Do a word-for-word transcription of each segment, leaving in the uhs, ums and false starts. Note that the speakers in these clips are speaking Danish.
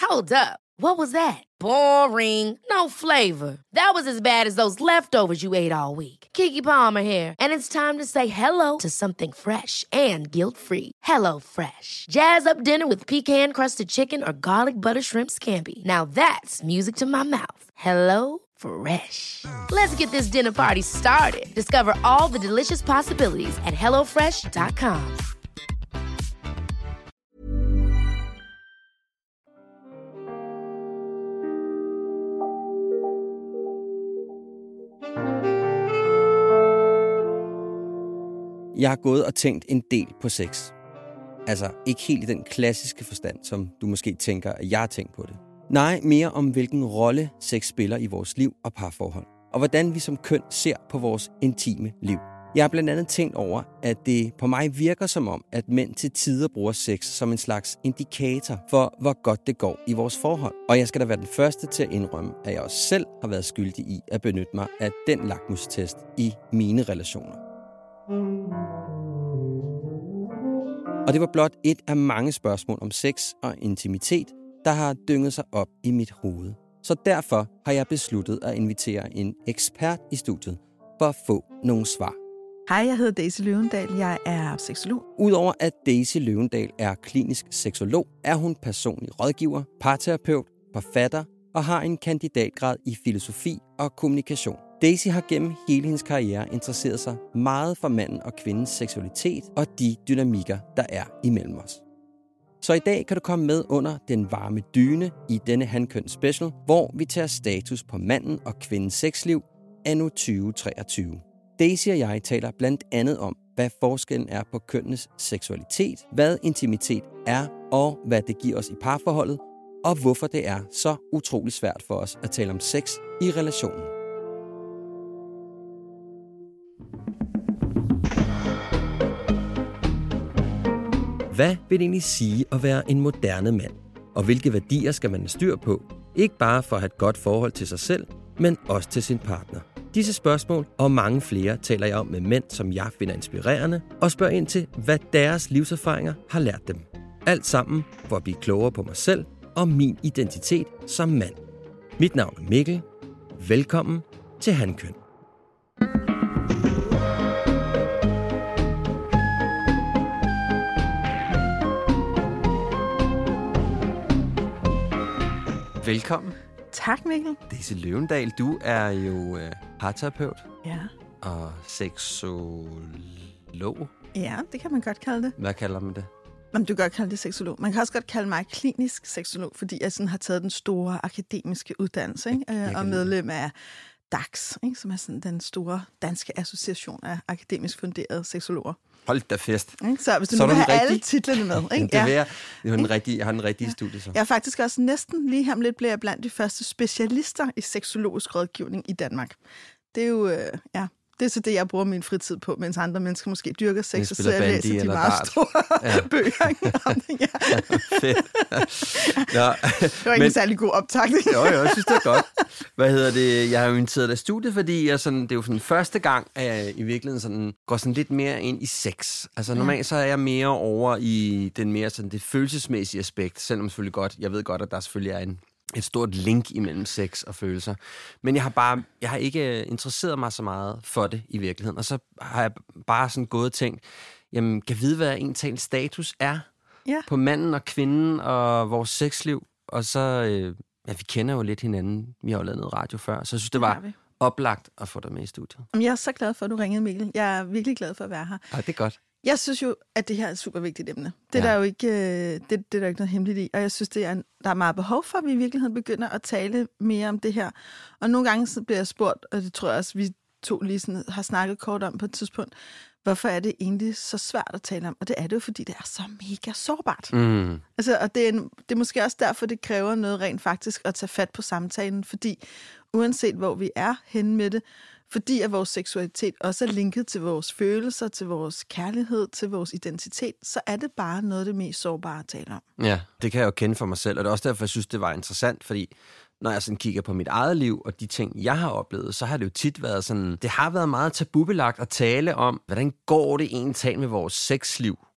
Hold up. What was that? Boring. No flavor. That was as bad as those leftovers you ate all week. Keke Palmer here, and it's time to say hello to something fresh and guilt-free. Hello Fresh. Jazz up dinner with pecan-crusted chicken or garlic butter shrimp scampi. Now that's music to my mouth. Hello Fresh. Let's get this dinner party started. Discover all the delicious possibilities at hello fresh dot com. Jeg har gået og tænkt en del på sex. Altså ikke helt i den klassiske forstand, som du måske tænker, at jeg har tænkt på det. Nej, mere om hvilken rolle sex spiller i vores liv og parforhold. Og hvordan vi som køn ser på vores intime liv. Jeg har blandt andet tænkt over, at det på mig virker som om, at mænd til tider bruger sex som en slags indikator for, hvor godt det går i vores forhold. Og jeg skal da være den første til at indrømme, at jeg også selv har været skyldig i at benytte mig af den lakmustest i mine relationer. Og det var blot et af mange spørgsmål om sex og intimitet, der har dynget sig op i mit hoved. Så derfor har jeg besluttet at invitere en ekspert i studiet for at få nogle svar. Hej, jeg hedder Daisy Løvendal. Jeg er seksolog. Udover at Daisy Løvendal er klinisk seksolog, er hun personlig rådgiver, parterapeut, forfatter og har en kandidatgrad i filosofi og kommunikation. Daisy har gennem hele hendes karriere interesseret sig meget for manden og kvindens seksualitet og de dynamikker, der er imellem os. Så i dag kan du komme med under den varme dyne i denne Hankøn Special, hvor vi tager status på manden og kvindens sexliv anno tyve treogtyve. Daisy og jeg taler blandt andet om, hvad forskellen er på kønnenes seksualitet, hvad intimitet er og hvad det giver os i parforholdet, og hvorfor det er så utrolig svært for os at tale om sex i relationen. Hvad vil det egentlig sige at være en moderne mand? Og hvilke værdier skal man have styr på? Ikke bare for at have et godt forhold til sig selv, men også til sin partner. Disse spørgsmål og mange flere taler jeg om med mænd, som jeg finder inspirerende, og spørger ind til, hvad deres livserfaringer har lært dem. Alt sammen for at blive klogere på mig selv og min identitet som mand. Mit navn er Mikkel. Velkommen til Hankøn. Velkommen. Tak, Mikkel. Daisy Løvendal, du er jo øh, parterapeut. Ja. Og seksolog. Ja, det kan man godt kalde det. Hvad kalder man det? Jamen, du kan godt kalde det seksolog. Man kan også godt kalde mig klinisk seksolog, fordi jeg sådan har taget den store akademiske uddannelse, ikke? Jeg, jeg og medlem af D A X, ikke? Som er sådan den store danske association af akademisk funderede seksologer. Hold da fest. Ikke? Så hvis du så nu vil have rigtig... alle titlerne med. Ikke? det vil jeg. Jeg har den rigtige, jeg har den rigtige ja. studie så. Jeg er faktisk også næsten lige her lidt blev jeg blandt de første specialister i seksologisk rådgivning i Danmark. Det er jo, øh, ja... Det er så det, jeg bruger min fritid på, mens andre mennesker måske dyrker sex, og så jeg læser de meget dart. store ja. bøger. Ja. Fedt. Nå, det var ikke men, en særlig god optagning. Jo, jo, jeg synes, det er godt. Hvad hedder det? Jeg har jo inviteret dig i studiet, fordi jeg sådan, det er jo sådan første gang, at jeg i virkeligheden sådan, går sådan lidt mere ind i sex. Altså normalt så er jeg mere over i den mere sådan, det følelsesmæssige aspekt, selvom selvfølgelig godt, jeg ved godt, at der selvfølgelig er en et stort link imellem sex og følelser. Men jeg har bare, jeg har ikke interesseret mig så meget for det i virkeligheden. Og så har jeg bare sådan gået og tænkt, jamen, kan vide, hvad egentlig status er ja. på manden og kvinden og vores sexliv. Og så, øh, ja, vi kender jo lidt hinanden. Vi har jo lavet noget radio før, så jeg synes, det var oplagt at få dig med i studiet. Jeg er så glad for, at du ringede, Mikkel. Jeg er virkelig glad for at være her. Ja, det er godt. Jeg synes jo, at det her er et super vigtigt emne. Det er ja. der jo ikke, det, det er der ikke noget hemmeligt i. Og jeg synes, det er, der er meget behov for, at vi i virkeligheden begynder at tale mere om det her. Og nogle gange så bliver jeg spurgt, og det tror jeg også, vi to lige sådan, har snakket kort om på et tidspunkt, hvorfor er det egentlig så svært at tale om? Og det er det jo, fordi det er så mega sårbart. Mm. Altså, og det er, det er måske også derfor, det kræver noget rent faktisk at tage fat på samtalen, fordi uanset hvor vi er henne med det, fordi at vores seksualitet også er linket til vores følelser, til vores kærlighed, til vores identitet, så er det bare noget af det mest sårbare at tale om. Ja, det kan jeg jo kende for mig selv, og det er også derfor, jeg synes, det var interessant, fordi når jeg sådan kigger på mit eget liv og de ting, jeg har oplevet, så har det jo tit været sådan, det har været meget tabubelagt at tale om, hvordan går det egentlig med vores sexliv?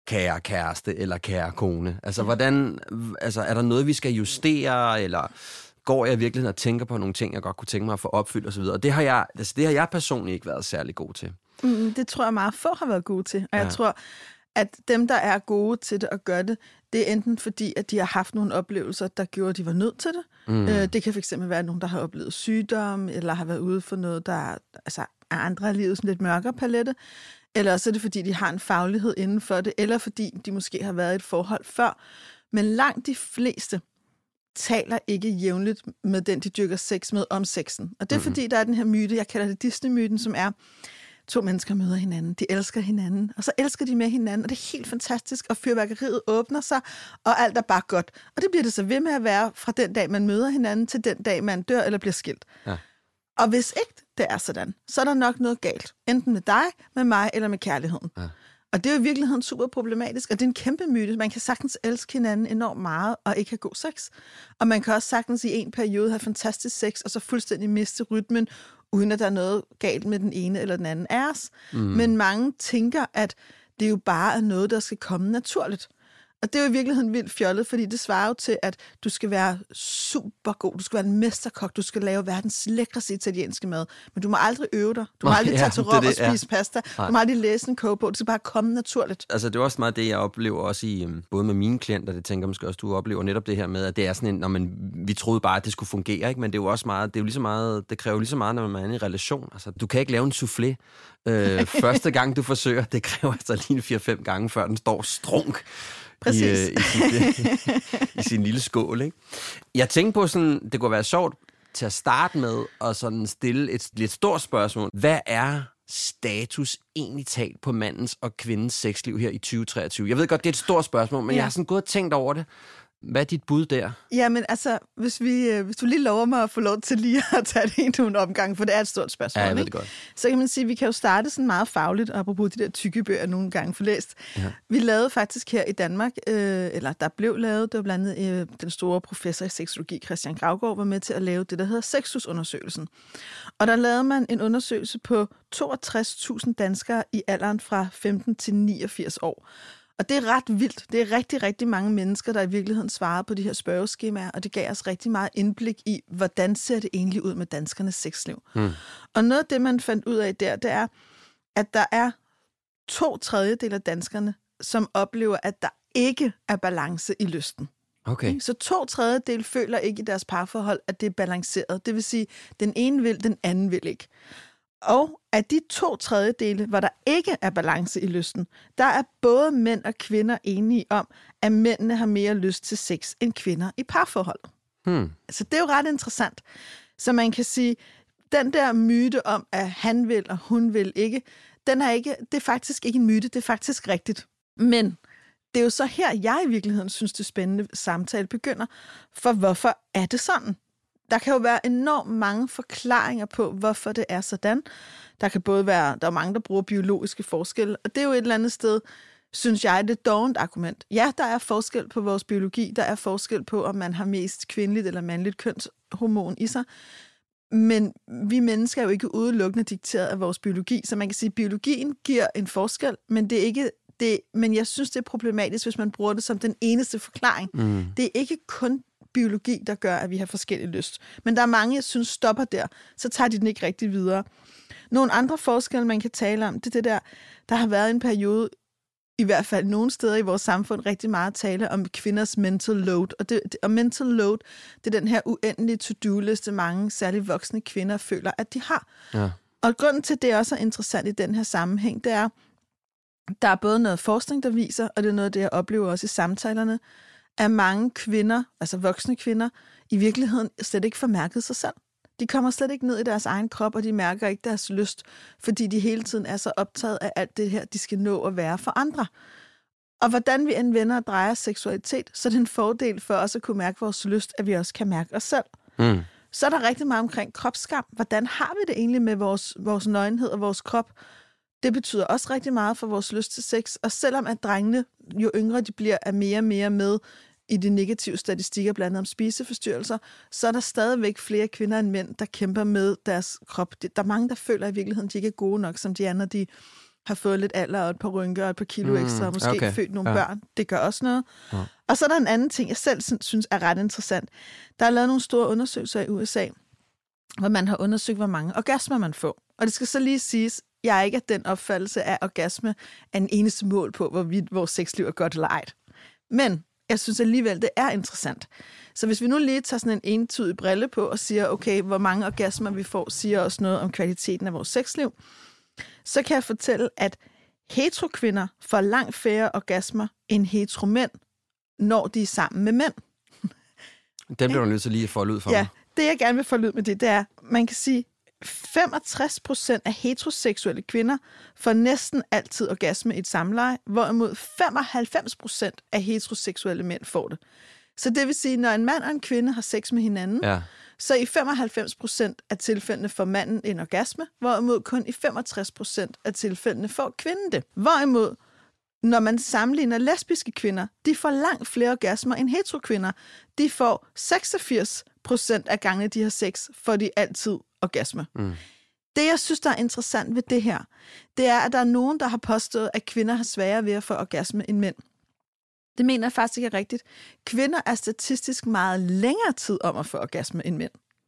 kære kæreste eller kære kone? Altså, hvordan, altså, er der noget, vi skal justere, eller går jeg virkelig og tænker på nogle ting, jeg godt kunne tænke mig at få opfyldt osv.? Og det har jeg, altså, det har jeg personligt ikke været særlig god til. Mm, det tror jeg meget få har været gode til. Og Ja. jeg tror, at dem, der er gode til det og gør det, det er enten fordi, at de har haft nogle oplevelser, der gjorde, at de var nødt til det. Mm. Øh, det kan fx være nogen, der har oplevet sygdom, eller har været ude for noget, der er, altså, er andre af livet, sådan lidt mørkere palette. Eller så er det, fordi de har en faglighed inden for det, eller fordi de måske har været i et forhold før. Men langt de fleste taler ikke jævnligt med den, de dyrker sex med, om sexen. Og det er, mm-hmm. fordi der er den her myte, jeg kalder det Disney-myten, som er, to mennesker møder hinanden, de elsker hinanden, og så elsker de med hinanden, og det er helt fantastisk, og fyrværkeriet åbner sig, og alt er bare godt. Og det bliver det så ved med at være fra den dag, man møder hinanden, til den dag, man dør eller bliver skilt. Ja. Og hvis ikke det er sådan, så er der nok noget galt. Enten med dig, med mig eller med kærligheden. Ja. Og det er jo i virkeligheden super problematisk, og det er en kæmpe myte. Man kan sagtens elske hinanden enormt meget, og ikke have god sex. Og man kan også sagtens i en periode have fantastisk sex, og så fuldstændig miste rytmen, uden at der er noget galt med den ene eller den anden af os. Mm. Men mange tænker, at det jo bare er noget, der skal komme naturligt. Og det er jo i virkeligheden vildt fjollet, fordi det svarer jo til, at du skal være super god, du skal være en mesterkok, du skal lave verdens lækreste italienske mad, men du må aldrig øve dig, du må aldrig ja, tage til Rom og spise ja. pasta, du må aldrig læse en kogebog, det skal bare komme naturligt. Altså det er også meget det, jeg oplever også i, både med mine klienter, det tænker jeg måske også, du oplever netop det her med, at det er sådan en, når man, vi troede bare, at det skulle fungere, ikke? Men det er jo også meget, det er jo lige så meget, det kræver lige så meget, når man er i en relation. Altså du kan ikke lave en soufflé øh, første gang, du forsøger, det kræver altså lige fire fem gange, før den står strunk. I, øh, i, sin, i sin lille skål, ikke? Jeg tænkte på sådan, det kunne være sjovt til at starte med at sådan stille et lidt stort spørgsmål. Hvad er status egentlig talt på mandens og kvindens sexliv her i tyve treogtyve? Jeg ved godt, det er et stort spørgsmål, men ja. jeg har sådan gået og tænkt over det. Hvad er dit bud der? Jamen altså, hvis, vi, hvis du lige lover mig at få lov til lige at tage det i nogle omgang, for det er et stort spørgsmål, ja, jeg ved det ikke? godt. Så kan man sige, at vi kan jo starte sådan meget fagligt, apropos de der tykke bøger, nogle gange for læst. Ja. Vi lavede faktisk her i Danmark, øh, eller der blev lavet, det var blandt andet øh, den store professor i seksologi, Christian Gravgaard, var med til at lave det, der hedder Sexusundersøgelsen. Og der lavede man en undersøgelse på toogtres tusind danskere i alderen fra femten til niogfirs år. Og det er ret vildt. Det er rigtig, rigtig mange mennesker, der i virkeligheden svarede på de her spørgeskemaer, og det gav os rigtig meget indblik i, hvordan ser det egentlig ud med danskernes sexliv. Hmm. Og noget af det, man fandt ud af der, det er, at der er to tredjedel af danskerne, som oplever, at der ikke er balance i lysten. Okay. Så to tredjedel føler ikke i deres parforhold, at det er balanceret. Det vil sige, den ene vil, den anden vil ikke. Og af de to tredjedele, hvor der ikke er balance i lysten, der er både mænd og kvinder enige om, at mændene har mere lyst til sex end kvinder i parforhold. Hmm. Så det er jo ret interessant. Så man kan sige, den der myte om, at han vil og hun vil ikke, den er ikke, det er faktisk ikke en myte, det er faktisk rigtigt. Men det er jo så her, jeg i virkeligheden synes, det spændende samtale begynder. For hvorfor er det sådan? Der kan jo være enormt mange forklaringer på, hvorfor det er sådan. Der kan både være, der er mange, der bruger biologiske forskelle, og det er jo et eller andet sted, synes jeg, det er et dovent argument. Ja, der er forskel på vores biologi, der er forskel på, om man har mest kvindeligt eller mandligt kønshormon i sig, men vi mennesker er jo ikke udelukkende dikteret af vores biologi, så man kan sige, at biologien giver en forskel, men det er ikke det, men jeg synes, det er problematisk, hvis man bruger det som den eneste forklaring. Mm. Det er ikke kun biologi, der gør, at vi har forskellig lyst. Men der er mange, jeg synes, stopper der. Så tager de den ikke rigtig videre. Nogle andre forskelle, man kan tale om, det er det der, der har været en periode, i hvert fald nogle steder i vores samfund, rigtig meget tale om kvinders mental load. Og, det, og mental load, det er den her uendelige to-do-liste, mange særligt voksne kvinder føler, at de har. Ja. Og grunden til, det også er interessant i den her sammenhæng, det er, der er både noget forskning, der viser, og det er noget, det jeg oplever også i samtalerne, at mange kvinder, altså voksne kvinder, i virkeligheden slet ikke får mærket sig selv. De kommer slet ikke ned i deres egen krop, og de mærker ikke deres lyst, fordi de hele tiden er så optaget af alt det her, de skal nå at være for andre. Og hvordan vi end vender og drejer seksualitet, så er det en fordel for os at kunne mærke vores lyst, at vi også kan mærke os selv. Mm. Så er der rigtig meget omkring kropsskam. Hvordan har vi det egentlig med vores, vores nøgenhed og vores krop? Det betyder også rigtig meget for vores lyst til sex, og selvom at drengene, jo yngre de bliver, er mere og mere med i de negative statistikker, blandt andet om spiseforstyrrelser, så er der stadigvæk flere kvinder end mænd, der kæmper med deres krop. Der er mange, der føler i virkeligheden, at de ikke er gode nok, som de er, når de har fået lidt alder og et par rynker og et par kilo mm, ekstra, og måske okay. født nogle ja. børn. Det gør også noget. Ja. Og så er der en anden ting, jeg selv synes er ret interessant. Der er lavet nogle store undersøgelser i U S A, hvor man har undersøgt, hvor mange orgasmer man får. Og det skal så lige siges, jeg er ikke af den opfattelse af orgasme er en eneste mål på, hvorvidt vores sexliv er godt eller ej. Men jeg synes alligevel, det er interessant. Så hvis vi nu lige tager sådan en entydig brille på og siger, okay, hvor mange orgasmer vi får, siger også noget om kvaliteten af vores sexliv, så kan jeg fortælle, at heterokvinder får langt færre orgasmer end heteromænd, når de er sammen med mænd. Den bliver du nødt til lige at folde ud for ja, mig. Det jeg gerne vil folde ud med det, det er, man kan sige, femogtres procent af heteroseksuelle kvinder får næsten altid orgasme i et samleje, hvorimod femoghalvfems procent af heteroseksuelle mænd får det. Så det vil sige, når en mand og en kvinde har sex med hinanden, ja. så i femoghalvfems procent af tilfældene får manden en orgasme, hvorimod kun i femogtres procent af tilfældene får kvinden det. Hvorimod, når man sammenligner lesbiske kvinder, de får langt flere orgasmer end heterokvinder. De får seksogfirs procent af gangene, de har sex, får de altid orgasme. Mm. Det, jeg synes, der er interessant ved det her, det er, at der er nogen, der har påstået, at kvinder har sværere ved at få orgasme end mænd. Det mener jeg faktisk ikke er rigtigt. Kvinder er statistisk meget længere tid om at få orgasme end mænd.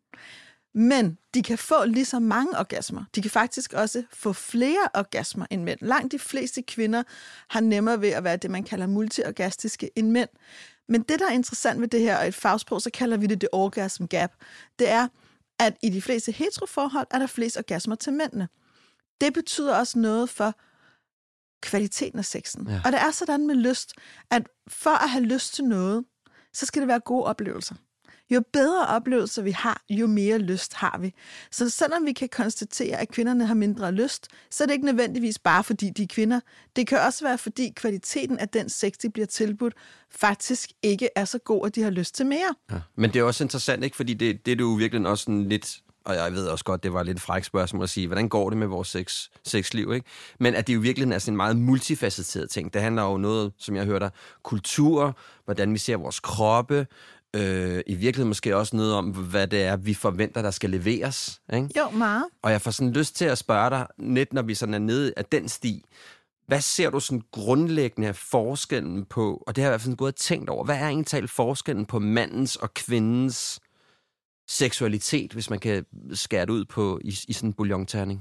Men de kan få lige så mange orgasmer. De kan faktisk også få flere orgasmer end mænd. Langt de fleste kvinder har nemmere ved at være det, man kalder multiorgastiske end mænd. Men det, der er interessant ved det her, og et fagsprog, så kalder vi det det orgasm gap, det er, at i de fleste heteroforhold er der flest orgasmer til mændene. Det betyder også noget for kvaliteten af sexen. Ja. Og det er sådan med lyst, at for at have lyst til noget, så skal det være gode oplevelser. Jo bedre oplevelser vi har, jo mere lyst har vi. Så selvom vi kan konstatere, at kvinderne har mindre lyst, så er det ikke nødvendigvis bare fordi de er kvinder. Det kan også være fordi kvaliteten af den sex, de bliver tilbudt, faktisk ikke er så god, at de har lyst til mere. Ja. Men det er også interessant, ikke? Fordi det, det er jo virkelig også sådan lidt, og jeg ved også godt, det var lidt fræk spørgsmål at sige, hvordan går det med vores sex, sexliv, ikke? Men at det jo virkelig er sådan en meget multifacetteret ting. Det handler jo noget, som jeg hørte, kultur, hvordan vi ser vores kroppe, Øh, i virkeligheden måske også noget om, hvad det er, vi forventer, der skal leveres. Ikke? Jo, meget. Og jeg får sådan lyst til at spørge dig, net når vi sådan er nede af den sti, hvad ser du sådan grundlæggende af forskellen på, og det har jeg i hvert fald gået og tænkt over, hvad er egentlig forskellen på mandens og kvindens seksualitet, hvis man kan skære det ud på i, i sådan en bouillonterning?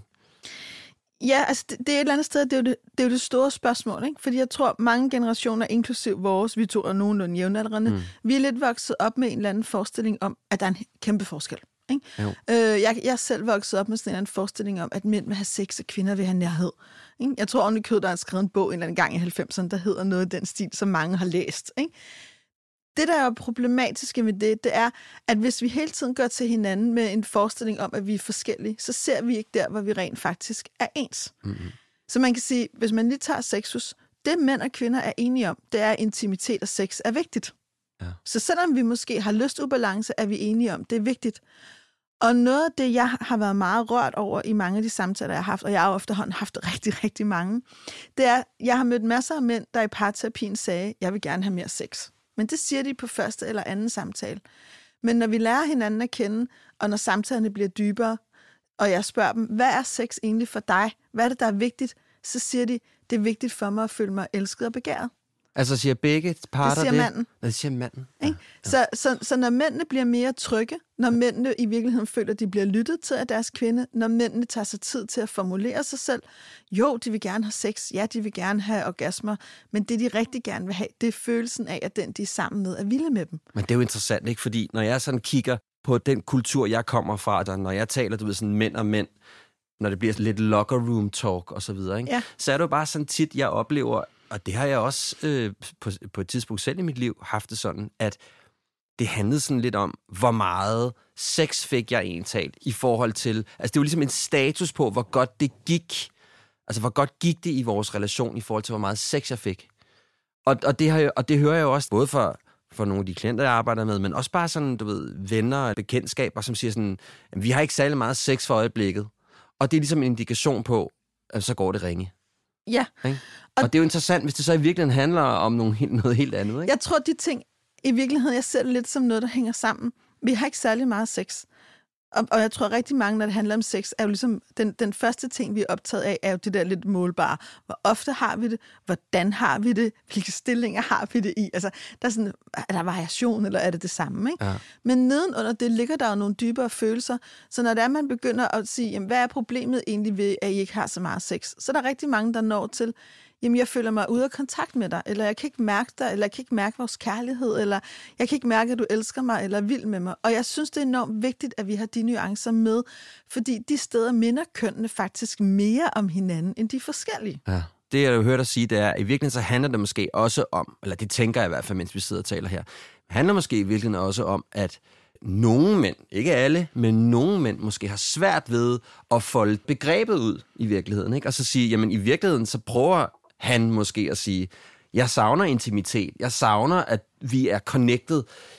Ja, altså det, det er et eller andet sted, det er, jo det, det er jo det store spørgsmål, ikke? Fordi jeg tror, mange generationer, inklusiv vores, vi to er nogenlunde jævnaldrende, mm. vi er lidt vokset op med en eller anden forestilling om, at der er en kæmpe forskel. Ikke? Øh, jeg, jeg er selv vokset op med sådan en eller anden forestilling om, at mænd vil have sex, og kvinder vil have nærhed. Ikke? Jeg tror oven i kød, der er skrevet en bog en eller anden gang i halvfemserne, der hedder noget af den stil, som mange har læst. Ikke? Det, der er problematiske med det, det er, at hvis vi hele tiden går til hinanden med en forestilling om, at vi er forskellige, så ser vi ikke der, hvor vi rent faktisk er ens. Mm-hmm. Så man kan sige, hvis man lige tager sexus, det mænd og kvinder er enige om, det er, at intimitet og sex er vigtigt. Ja. Så selvom vi måske har lystubalance, er vi enige om, det er vigtigt. Og noget af det, jeg har været meget rørt over i mange af de samtaler, jeg har haft, og jeg har jo efterhånden haft rigtig, rigtig mange, det er, jeg har mødt masser af mænd, der i parterapien sagde, jeg vil gerne have mere sex. Men det siger de på første eller anden samtale. Men når vi lærer hinanden at kende, og når samtalerne bliver dybere, og jeg spørger dem, hvad er sex egentlig for dig? Hvad er det, der er vigtigt? Så siger de, det er vigtigt for mig at føle mig elsket og begæret. Altså siger begge parter det? Det siger manden. Det siger manden. Ja, ja. Så, så, så når mændene bliver mere trygge, når mændene i virkeligheden føler, at de bliver lyttet til af deres kvinde, når mændene tager sig tid til at formulere sig selv, jo, de vil gerne have sex, ja, de vil gerne have orgasmer, men det, de rigtig gerne vil have, det er følelsen af, at den, de er sammen med, er vilde med dem. Men det er jo interessant, ikke? Fordi når jeg sådan kigger på den kultur, jeg kommer fra, der, når jeg taler, du ved, sådan mænd og mænd, når det bliver lidt locker room talk og så videre, ikke? Ja. Så er det jo bare sådan tit, jeg oplever, og det har jeg også øh, på, på et tidspunkt selv i mit liv haft det sådan, at det handlede sådan lidt om, hvor meget sex fik jeg egentlig i forhold til, altså det var ligesom en status på, hvor godt det gik, altså hvor godt gik det i vores relation i forhold til, hvor meget sex jeg fik. Og, og, det, har jeg, og det hører jeg jo også både for, for nogle af de klienter, jeg arbejder med, men også bare sådan, du ved, venner og bekendtskaber, som siger sådan, vi har ikke særlig meget sex for øjeblikket. Og det er ligesom en indikation på, at så går det ringe. Ja. Ikke? Og, og det er jo interessant, hvis det så i virkeligheden handler om nogle, noget helt andet. Ikke? Jeg tror, de ting, i virkeligheden, jeg ser det lidt som noget, der hænger sammen. Vi har ikke særlig meget sex. Og, og jeg tror rigtig mange, når det handler om sex, er jo ligesom, den, den første ting, vi er optaget af, er jo det der lidt målbare. Hvor ofte har vi det? Hvordan har vi det? Hvilke stillinger har vi det i? Altså, der er sådan, er der variation, eller er det det samme, ikke? Ja. Men nedenunder det ligger der jo nogle dybere følelser. Så når det er, man begynder at sige, jamen, hvad er problemet egentlig ved, at I ikke har så meget sex? Så er der rigtig mange, der når til, jamen, jeg føler mig ude af kontakt med dig, eller jeg kan ikke mærke dig, eller jeg kan ikke mærke vores kærlighed, eller jeg kan ikke mærke, at du elsker mig, eller er vild med mig. Og jeg synes, det er enormt vigtigt, at vi har de nuancer med, fordi de steder minder kønnene faktisk mere om hinanden, end de forskellige. Ja. Det, jeg har hørt dig sige, det er, at i virkeligheden så handler det måske også om, eller det tænker jeg i hvert fald, mens vi sidder og taler her, handler måske i virkeligheden også om, at nogle mænd, ikke alle, men nogle mænd måske har svært ved at folde begrebet ud i virkeligheden, ikke? Og så sige, jamen i virkeligheden, så prøver han måske at sige, jeg savner intimitet, jeg savner, at vi er connected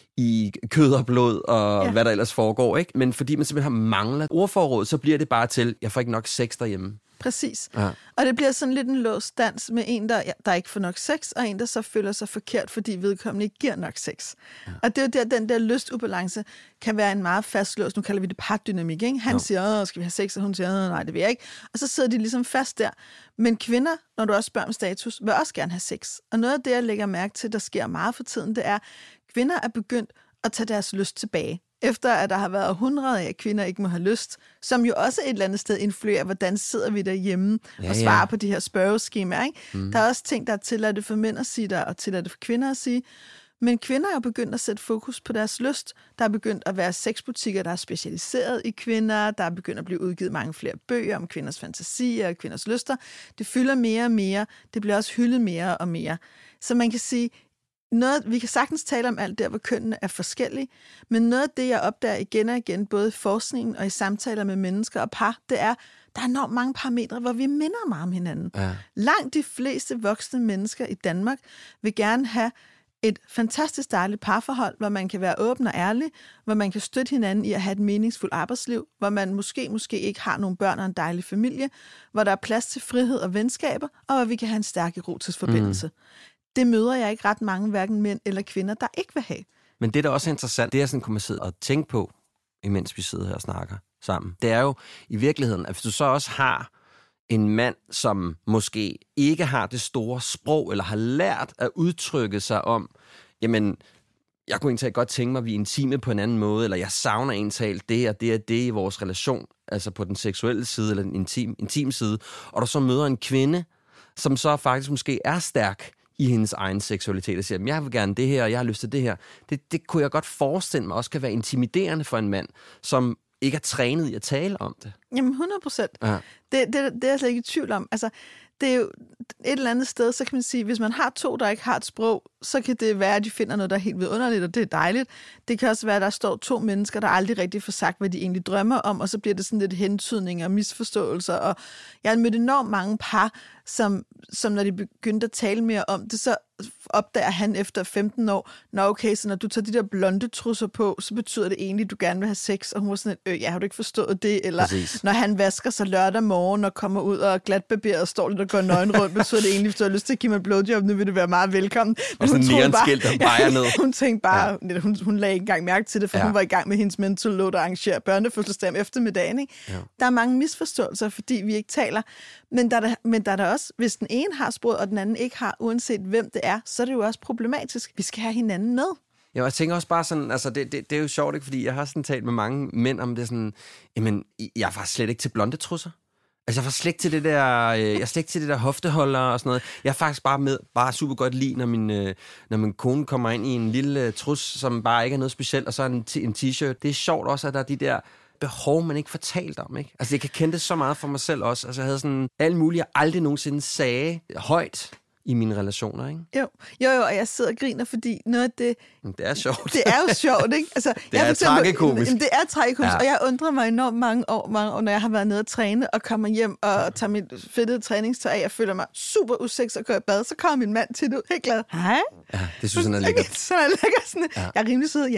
i kød og blod og ja. hvad der ellers foregår, ikke? Men fordi man simpelthen har manglet ordforråd, så bliver det bare til, jeg får ikke nok sex derhjemme. Præcis. Ja. Og det bliver sådan lidt en låst dans med en, der, der ikke får nok sex, og en, der så føler sig forkert, fordi vedkommende ikke giver nok sex. Ja. Og det er jo der, den der lystubalance kan være en meget fastlåst, nu kalder vi det pardynamik, ikke? Han jo. siger, åh, skal vi have sex, og hun siger, åh, nej, det vil jeg ikke. Og så sidder de ligesom fast der. Men kvinder, når du også spørger om status, vil også gerne have sex. Og noget af det, jeg lægger mærke til, der sker meget for tiden, det er, kvinder er begyndt at tage deres lyst tilbage. Efter at der har været hundrede af, at kvinder ikke må have lyst, som jo også et eller andet sted influerer, hvordan sidder vi derhjemme ja, og svarer ja. på de her spørgeskemaer. Ikke? Mm. Der er også ting, der er tilladte for mænd at sige, der og tilladte for kvinder at sige. Men kvinder er jo begyndt at sætte fokus på deres lyst. Der er begyndt at være sexbutikker, der er specialiseret i kvinder. Der er begyndt at blive udgivet mange flere bøger om kvinders fantasier og kvinders lyster. Det fylder mere og mere. Det bliver også hyldet mere og mere. Så man kan sige, noget, vi kan sagtens tale om alt der, hvor kønnene er forskellige, men noget af det, jeg opdager igen og igen, både i forskningen og i samtaler med mennesker og par, det er, der er enormt mange parametre, hvor vi minder meget om hinanden. Ja. Langt de fleste voksne mennesker i Danmark vil gerne have et fantastisk dejligt parforhold, hvor man kan være åben og ærlig, hvor man kan støtte hinanden i at have et meningsfuldt arbejdsliv, hvor man måske, måske ikke har nogen børn og en dejlig familie, hvor der er plads til frihed og venskaber, og hvor vi kan have en stærk erotisk forbindelse. Mm. Det møder jeg ikke ret mange, hverken mænd eller kvinder, der ikke vil have. Men det, der også er interessant, det er sådan, kunne man sidde og tænke på, imens vi sidder her og snakker sammen. Det er jo i virkeligheden, at hvis du så også har en mand, som måske ikke har det store sprog, eller har lært at udtrykke sig om, jamen, jeg kunne egentlig godt tænke mig, at vi er intime på en anden måde, eller jeg savner egentlig det og det og det i vores relation, altså på den seksuelle side, eller den intim, intim side, og du så møder en kvinde, som så faktisk måske er stærk i hendes egen seksualitet, og siger, jeg vil gerne det her, og jeg har lyst til det her. Det, det kunne jeg godt forestille mig også kan være intimiderende for en mand, som ikke er trænet i at tale om det. Jamen hundrede procent. Ja. Det, det, det er jeg slet ikke i tvivl om. Altså, det er jo et eller andet sted, så kan man sige, hvis man har to, der ikke har et sprog, så kan det være, at de finder noget, der er helt vidunderligt, og det er dejligt. Det kan også være, at der står to mennesker, der aldrig rigtig får sagt, hvad de egentlig drømmer om, og så bliver det sådan lidt hentydning og misforståelser. Og jeg har mødt enormt mange par, som, som når de begyndte at tale mere om det, så opdager han efter femten år, nå okay, så når du tager de der blonde trusser på, så betyder det egentlig, at du gerne vil have sex, og hun var sådan, øh, ja, har du ikke forstået det? Eller præcis. Når han vasker sig lørdag morgen og kommer ud og glatbarberet og står lidt og går nøgen rundt, betyder det egentlig, hvis du har lyst til at give mig et blowjob, nu vil det være meget velkommen. Og sådan en neonskilt, der peger ned. Hun tænkte bare, ja. hun, hun lagde ikke engang mærke til det, for ja. hun var i gang med hendes mental load og arrangere børnefødselsdag om eftermiddagen. Ikke? Ja. Der er mange misforståelser, fordi vi ikke taler, men der, er der, men der er der også, hvis den ene har sproget, og den anden ikke har, uanset hvem det er, så er det jo også problematisk. Vi skal have hinanden med. Ja, jeg tænker også bare sådan, altså det, det, det er jo sjovt, ikke? Fordi jeg har sådan talt med mange mænd om det sådan, jamen, jeg er faktisk slet ikke til blonde trusser. Altså, jeg er slet ikke til det der, øh, jeg er slet ikke til det der hofteholder og sådan noget. Jeg er faktisk bare med, bare super godt lide, når min, øh, når min kone kommer ind i en lille øh, trus, som bare ikke er noget specielt, og så en, t- en t-shirt. Det er sjovt også, at der er de der behov, man ikke fortalt om, ikke? Altså, jeg kan kende det så meget for mig selv også. Altså, jeg havde sådan alt muligt, jeg aldrig nogensinde sagde højt i mine relationer, ikke? Jo, jo, jo, og jeg sidder og griner, fordi noget af det... Det er sjovt. Det er jo sjovt, ikke? Altså, det er tragikomisk. Det er tragikomisk, ja. Og jeg undrer mig enormt mange år, mange år, når jeg har været nede at træne, og kommer hjem og tager mit fedtede træningstøj af, og føler mig super usex og går i bad, så kommer min mand til det helt glad. Hej. Ja, det synes han er lækkert. Så er lækkert sådan, ja. Jeg er rimelig sød, ja.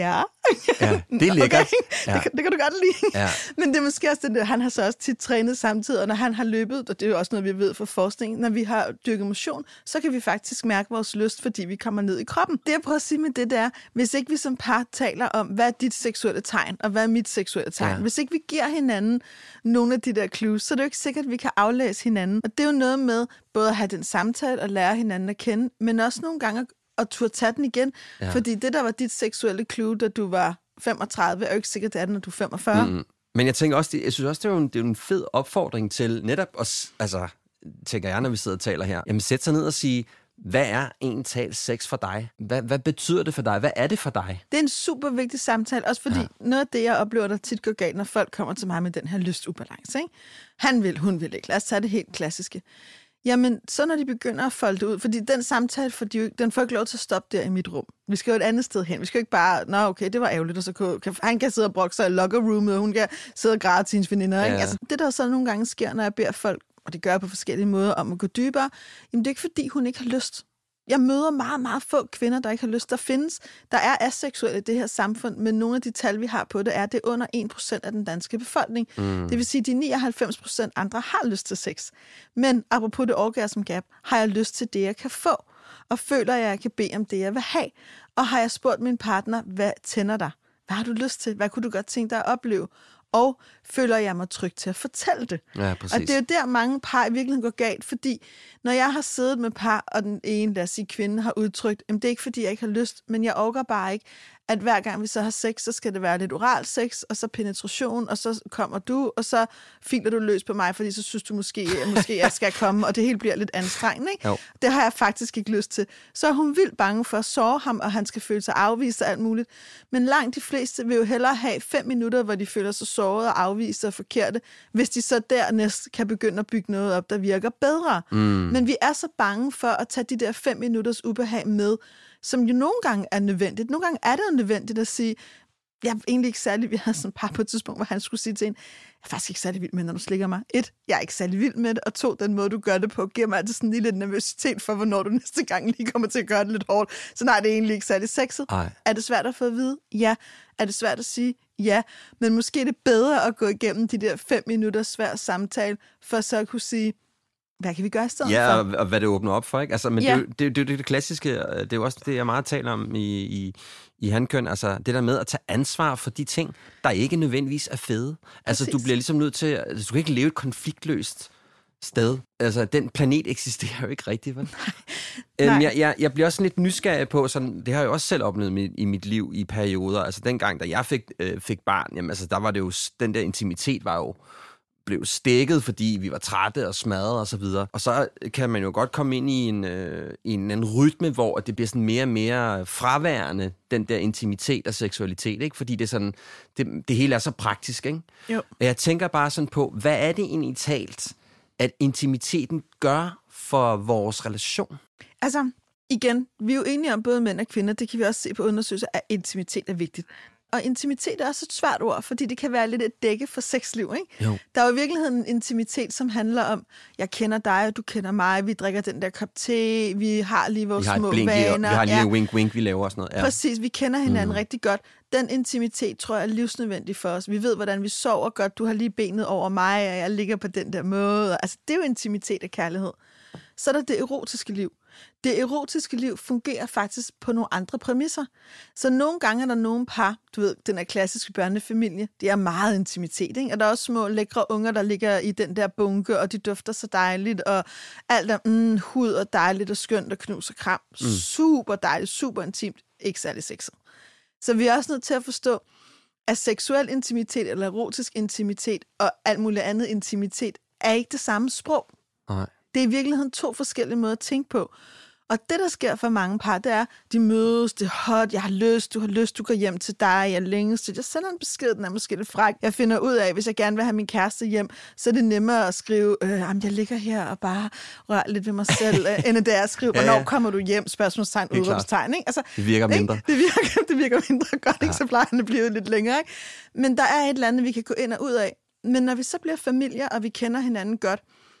Ja, det er lækkert. Okay, ja. det, det kan du godt lide. Ja. Men det er måske også det, der, han har så også tit trænet samtidig, og når han har løbet, og det er jo også noget, vi ved fra forskningen, når vi har dyrket motion, så kan vi faktisk mærke vores lyst, fordi vi kommer ned i kroppen. Det jeg prøver at sige med det, der, hvis ikke vi som par taler om, hvad er dit seksuelle tegn, og hvad er mit seksuelle tegn, ja. Hvis ikke vi giver hinanden nogle af de der clues, så er det jo ikke sikkert, at vi kan aflæse hinanden. Og det er jo noget med både at have den samtale og lære hinanden at kende, men også nogle gange at turde tage den igen. Ja. Fordi det, der var dit seksuelle clue, da du var femogtredive, er jo ikke sikkert, det er det, når du er femogfyrre. Mm. Men jeg tænker også, det, jeg synes også, det er, jo en, det er jo en fed opfordring til netop at, altså, tænker jeg, når vi sidder og taler her, jamen sæt sig ned og sige, hvad er en talt sex for dig? Hvad, hvad betyder det for dig? Hvad er det for dig? Det er en super vigtig samtale, også fordi ja. Noget af det, jeg oplever, der tit går galt, når folk kommer til mig med den her lystubalance, ikke? Han vil, hun vil ikke. Lad os tage det helt klassiske. Jamen, så når de begynder at folde det ud, fordi den samtale, for de, den får ikke lov til at stoppe der i mit rum. Vi skal jo et andet sted hen. Vi skal jo ikke bare, nå okay, det var ærgerligt, og så kan, kan, han kan sidde og brokke sig i locker-roomet, og hun kan sidde og græde til hendes veninder. Ikke? Ja. Altså, det der så nogle gange sker, når jeg beder folk, og det gør jeg på forskellige måder, om at gå dybere, jamen det er ikke fordi, hun ikke har lyst. Jeg møder meget, meget få kvinder, der ikke har lyst. Der findes, der er aseksuelle i det her samfund, men nogle af de tal, vi har på det, er, det er under en procent af den danske befolkning. Mm. Det vil sige, at de nioghalvfems procent andre har lyst til sex. Men apropos det orgasm gap, har jeg lyst til det, jeg kan få, og føler, at jeg kan bede om det, jeg vil have. Og har jeg spurgt min partner, hvad tænder dig? Hvad har du lyst til? Hvad kunne du godt tænke dig at opleve? Og føler jeg mig tryg til at fortælle det. Ja, præcis. Og det er jo der, mange par i virkeligheden går galt, fordi når jeg har siddet med par, og den ene, lad os sige, kvinden har udtrykt, jamen det er ikke, fordi jeg ikke har lyst, men jeg orker bare ikke, at hver gang vi så har sex, så skal det være lidt oral sex, og så penetration, og så kommer du, og så filer du løs på mig, fordi så synes du måske, at måske jeg skal komme, og det hele bliver lidt anstrengende, ikke? Jo. Det har jeg faktisk ikke lyst til. Så er hun vildt bange for at såre ham, og han skal føle sig afvist og alt muligt. Men langt de fleste vil jo hellere have fem minutter, hvor de føler sig såret og afvist og forkerte, hvis de så dernæst kan begynde at bygge noget op, der virker bedre. Mm. Men vi er så bange for at tage de der fem minutters ubehag med, som jo nogle gange er nødvendigt. Nogle gange er det jo nødvendigt at sige, jeg er egentlig ikke særlig, vi havde sådan et par på et tidspunkt, hvor han skulle sige til en, jeg er faktisk ikke særlig vild med, når du slikker mig. Et, jeg er ikke særlig vild med det, og to, den måde, du gør det på, giver mig altid sådan lige lidt nervøsitet for, hvornår du næste gang lige kommer til at gøre det lidt hårdt. Så nej, det er egentlig ikke særlig sexet. Ej. Er det svært at få at vide? Ja. Er det svært at sige? Ja. Men måske er det bedre at gå igennem de der fem minutter svær samtale, for så at kunne sige, hvad kan vi gøre i stedet ja, for? Ja, og hvad det åbner op for, ikke? Altså, men ja. det, det, det, det, det klassiske, det er jo også det, jeg meget taler om i, i, i hankøn, altså det der med at tage ansvar for de ting, der ikke nødvendigvis er fede. Altså, præcis. Du bliver ligesom nødt til, altså, du kan ikke leve et konfliktløst sted. Altså, den planet eksisterer jo ikke rigtigt, vel? Nej. Øhm, jeg, jeg, jeg bliver også lidt nysgerrig på, sådan, det har jeg jo også selv oplevet i, i mit liv i perioder. Altså, dengang, da jeg fik, øh, fik barn, jamen, altså, der var det jo, den der intimitet var jo blev stikket, fordi vi var trætte og smadret og så videre. Og så kan man jo godt komme ind i en, øh, i en, en rytme, hvor det bliver sådan mere og mere fraværende, den der intimitet og seksualitet, ikke? Fordi det er sådan, det, det hele er så praktisk, ikke? Jo. Og jeg tænker bare sådan på, hvad er det egentlig talt, at intimiteten gør for vores relation? Altså, igen, vi er jo enige om både mænd og kvinder, det kan vi også se på undersøgelser, at intimitet er vigtigt. Og intimitet er også et svært ord, fordi det kan være lidt et dække for sexliv, ikke? Jo. Der er jo i virkeligheden en intimitet, som handler om, jeg kender dig, og du kender mig, vi drikker den der kop te, vi har lige vores små blink, vaner. Vi har lige ja. wink-wink, vi laver og sådan noget. Ja. Præcis, vi kender hinanden mm. rigtig godt. Den intimitet, tror jeg, er livsnødvendig for os. Vi ved, hvordan vi sover godt. Du har lige benet over mig, og jeg ligger på den der måde. Altså, det er jo intimitet af kærlighed. Så er der det erotiske liv. Det erotiske liv fungerer faktisk på nogle andre præmisser. Så nogle gange er der nogle par, du ved, den her klassiske børnefamilie, det er meget intimitet, ikke? Og der er også små lækre unger, der ligger i den der bunke, og de dufter så dejligt, og alt er mm, hud og dejligt og skønt og knus og kram. Mm. Super dejligt, super intimt, ikke særlig sexet. Så vi er også nødt til at forstå, at seksuel intimitet eller erotisk intimitet og alt muligt andet intimitet er ikke det samme sprog. Nej. Det er i virkeligheden to forskellige måder at tænke på. Og det, der sker for mange par, det er, de mødes, det er hot, jeg har lyst, du har lyst, du går hjem til dig, jeg længes til. Jeg sender en besked, den er måske lidt fræk. Jeg finder ud af, hvis jeg gerne vil have min kæreste hjem, så er det nemmere at skrive, øh, jamen, jeg ligger her og bare rører lidt ved mig selv, end det er at skrive, hvornår ja, ja. kommer du hjem, spørgsmålstegn, udråbstegn. Ikke? Altså, det virker mindre. Ikke? Det, virker, det virker mindre godt, ja. Ikke? Så plejer han at blive lidt længere. Ikke? Men der er et eller andet, vi kan gå ind og ud af. Men når vi så bliver familier, og vi kender hinanden godt,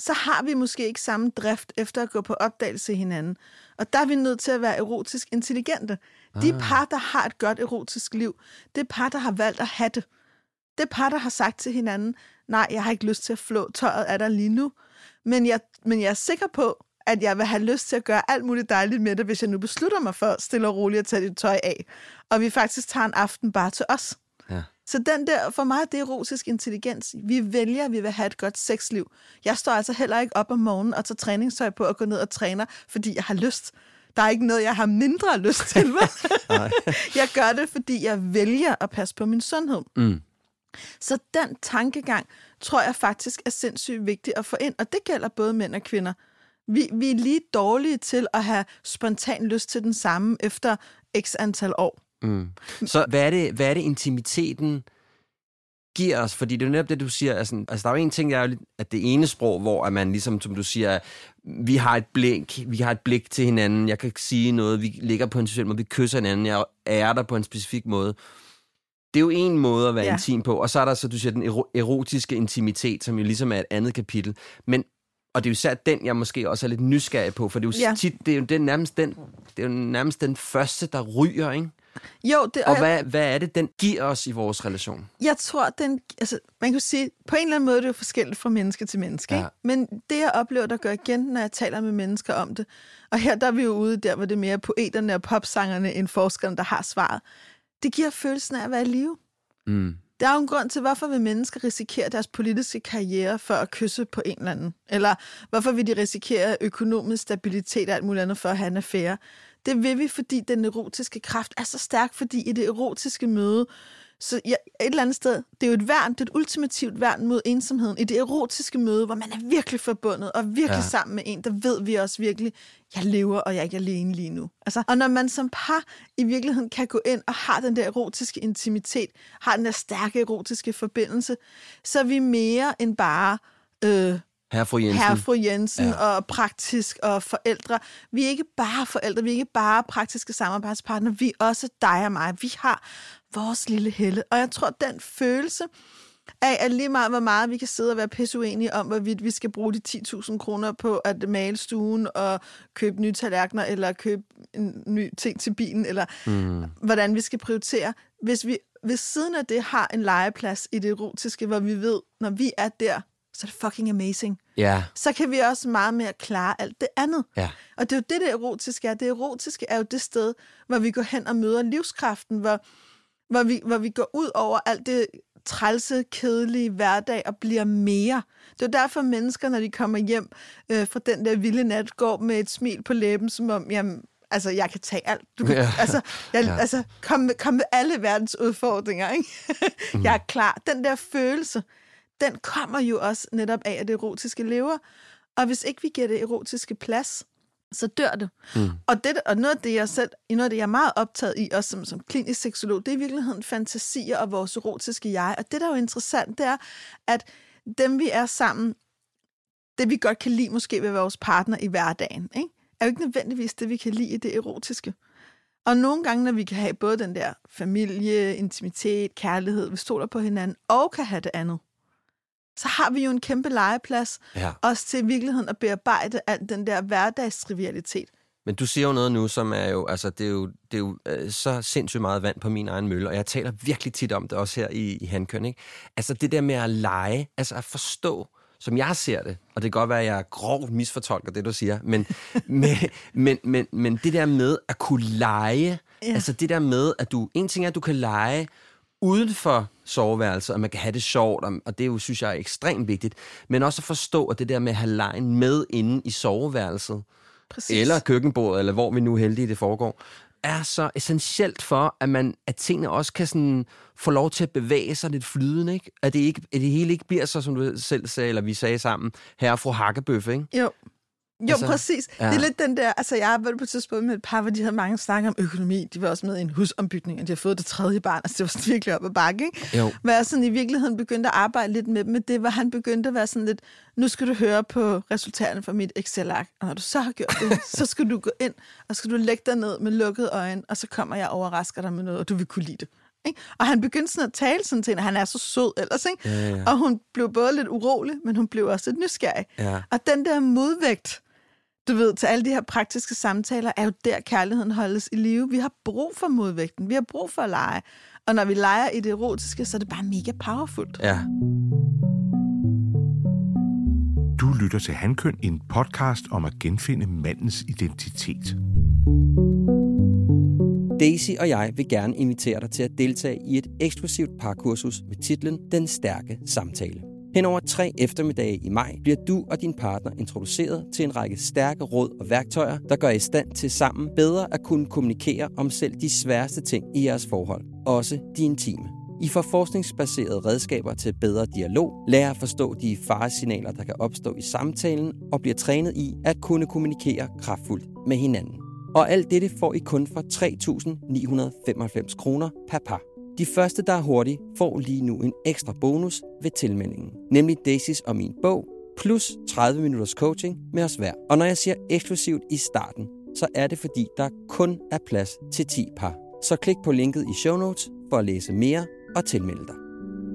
så har vi måske ikke samme drift efter at gå på opdagelse i hinanden. Og der er vi nødt til at være erotisk intelligente. De par, der har et godt erotisk liv, det er par, der har valgt at have det. Det er par, der har sagt til hinanden, nej, jeg har ikke lyst til at flå tøjet af dig lige nu, men jeg, men jeg er sikker på, at jeg vil have lyst til at gøre alt muligt dejligt med det, hvis jeg nu beslutter mig for stille og roligt at tage dit tøj af, og vi faktisk tager en aften bare til os. Ja. Så den der, for mig, det er erotisk intelligens. Vi vælger, at vi vil have et godt sexliv. Jeg står altså heller ikke op om morgenen og tager træningstøj på og går ned og træner, fordi jeg har lyst. Der er ikke noget, jeg har mindre lyst til. Jeg gør det, fordi jeg vælger at passe på min sundhed. Mm. Så den tankegang, tror jeg faktisk er sindssygt vigtig at få ind, og det gælder både mænd og kvinder. Vi, vi er lige dårlige til at have spontan lyst til den samme efter x antal år. Mm. Så hvad er, det, hvad er det, intimiteten giver os? Fordi det er jo netop det, du siger. Altså, altså der er jo en ting, der er jo, at det ene sprog, hvor at man ligesom, som du siger, vi har et blik, vi har et blik til hinanden, jeg kan ikke sige noget, vi ligger på en speciel måde, vi kysser hinanden, jeg er der på en specifik måde. Det er jo en måde at være ja. intim på, og så er der så, du siger, den erotiske intimitet, som jo ligesom er et andet kapitel. Men og det er jo især den, jeg måske også er lidt nysgerrig på, for det er jo, ja. tit, det er jo den, nærmest, den, det er jo nærmest den første, der ryger, ikke? Jo, det, og og hvad, hvad er det, den giver os i vores relation? Jeg tror, den, altså, man kan sige, på en eller anden måde, det er jo forskelligt fra menneske til menneske. Ja. Men det, jeg oplever, der gør igen, når jeg taler med mennesker om det, og her der er vi jo ude der, hvor det er mere poeterne og popsangerne end forskerne, der har svaret, det giver følelsen af at være i live. Mm. Der er jo en grund til, hvorfor vil mennesker risikere deres politiske karriere for at kysse på en eller anden. Eller hvorfor vil de risikere økonomisk stabilitet og alt muligt andet for at have en affære. Det vil vi, fordi den erotiske kraft er så stærk, fordi i det erotiske møde, så ja, et eller andet sted, det er jo et værn, det er et ultimativt værn mod ensomheden. I det erotiske møde, hvor man er virkelig forbundet og virkelig ja. sammen med en, der ved vi også virkelig, jeg lever, og jeg er ikke alene lige nu. Altså, og når man som par i virkeligheden kan gå ind og har den der erotiske intimitet, har den der stærke erotiske forbindelse, så er vi mere end bare øh, Herrefru Jensen, Herrefru Jensen ja. og praktisk og forældre. Vi er ikke bare forældre, vi er ikke bare praktiske samarbejdspartnere, vi er også dig og mig. Vi har vores lille Helle. Og jeg tror, den følelse af, at lige meget, hvor meget vi kan sidde og være pisseuenige om, hvorvidt vi skal bruge de ti tusind kroner på at male stuen og købe nye tallerkener, eller købe en ny ting til bilen, eller mm. hvordan vi skal prioritere. Hvis vi ved siden af det har en legeplads i det erotiske, hvor vi ved, når vi er der, så er det fucking amazing. Yeah. Så kan vi også meget mere klare alt det andet. Yeah. Og det er jo det, det erotiske er. Det erotiske er jo det sted, hvor vi går hen og møder livskraften, hvor, hvor, vi, hvor vi går ud over alt det trælse, kedelige hverdag og bliver mere. Det er jo derfor, mennesker, når de kommer hjem øh, fra den der vilde nat, går med et smil på læben, som om, jamen, altså, jeg kan tage alt. Du kan, yeah. altså, jeg, yeah. altså, kom med, kom med alle verdens udfordringer, ikke? mm. Jeg er klar. Den der følelse, den kommer jo også netop af, at det erotiske lever. Og hvis ikke vi giver det erotiske plads, så dør det. Mm. Og, det og noget af det, jeg selv, noget af det, jeg er meget optaget i, også som, som klinisk seksolog, det er i virkeligheden fantasier og vores erotiske jeg. Og det, der er jo interessant, det er, at dem, vi er sammen, det vi godt kan lide måske ved vores partner i hverdagen, ikke? Er jo ikke nødvendigvis det, vi kan lide i det erotiske. Og nogle gange, når vi kan have både den der familie, intimitet, kærlighed, vi stoler på hinanden, og kan have det andet, så har vi jo en kæmpe legeplads, ja. også til i virkeligheden at bearbejde al den der hverdagstrivialitet. Men du siger jo noget nu, som er jo, altså det er jo, det er jo øh, så sindssygt meget vand på min egen mølle, og jeg taler virkelig tit om det også her i, i Hankøn, ikke? Altså det der med at lege, altså at forstå, som jeg ser det, og det kan godt være, at jeg grovt misfortolker det, du siger, men, men, men, men, men det der med at kunne lege, ja. altså det der med, at du, en ting er, at du kan lege uden for soveværelset, og man kan have det sjovt, og det er jo, synes jeg, er ekstremt vigtigt, men også at forstå, at det der med at have legen med inde i soveværelset, præcis. Eller køkkenbordet, eller hvor vi nu heldige det foregår, er så essentielt for, at man at tingene også kan sådan få lov til at bevæge sig lidt flydende, ikke? At det, ikke, at det hele ikke bliver så, som du selv sagde, eller vi sagde sammen, herre og fru Hakkebøf, ikke? Jo. Jo, altså, præcis. Ja. Det er lidt den der, altså jeg har været på et tidspunkt med et par, hvor de havde mange snakker om økonomi. De var også med i en husombygning, og de har fået det tredje barn. Altså det var sådan virkelig op ad bakke, ikke? Jo. Hvor jeg sådan i virkeligheden begyndte at arbejde lidt med dem, med det, hvor han begyndte at være sådan lidt, nu skal du høre på resultaterne fra mit Excel-ark, og når du så har gjort det, så skal du gå ind, og skal du lægge dig ned med lukkede øjne, og så kommer jeg og overrasker dig med noget, og du vil kunne lide det. Ikke? Og han begyndte sådan at tale sådan til hende, han er så sød ellers, ikke? Ja, ja. Og hun blev både lidt urolig, men hun blev også lidt nysgerrig. Ja. Og den der modvægt, du ved, til alle de her praktiske samtaler, er jo der, kærligheden holdes i live. Vi har brug for modvægten, vi har brug for at lege. Og når vi leger i det erotiske, så er det bare mega powerfult. Ja. Du lytter til Hankøn, en podcast om at genfinde mandens identitet. Daisy og jeg vil gerne invitere dig til at deltage i et eksklusivt parkursus med titlen Den Stærke Samtale. Hen over tre eftermiddage i maj bliver du og din partner introduceret til en række stærke råd og værktøjer, der gør jer i stand til sammen bedre at kunne kommunikere om selv de sværeste ting i jeres forhold, også de intime. I får forskningsbaserede redskaber til bedre dialog, lærer at forstå de faresignaler, der kan opstå i samtalen, og bliver trænet i at kunne kommunikere kraftfuldt med hinanden. Og alt dette får I kun for tre tusind ni hundrede femoghalvfems kroner per par. De første, der er hurtige, får lige nu en ekstra bonus ved tilmeldingen, nemlig Daisys og min bog, plus tredive minutters coaching med os hver. Og når jeg siger eksklusivt i starten, så er det fordi, der kun er plads til ti par. Så klik på linket i show notes for at læse mere og tilmelde dig.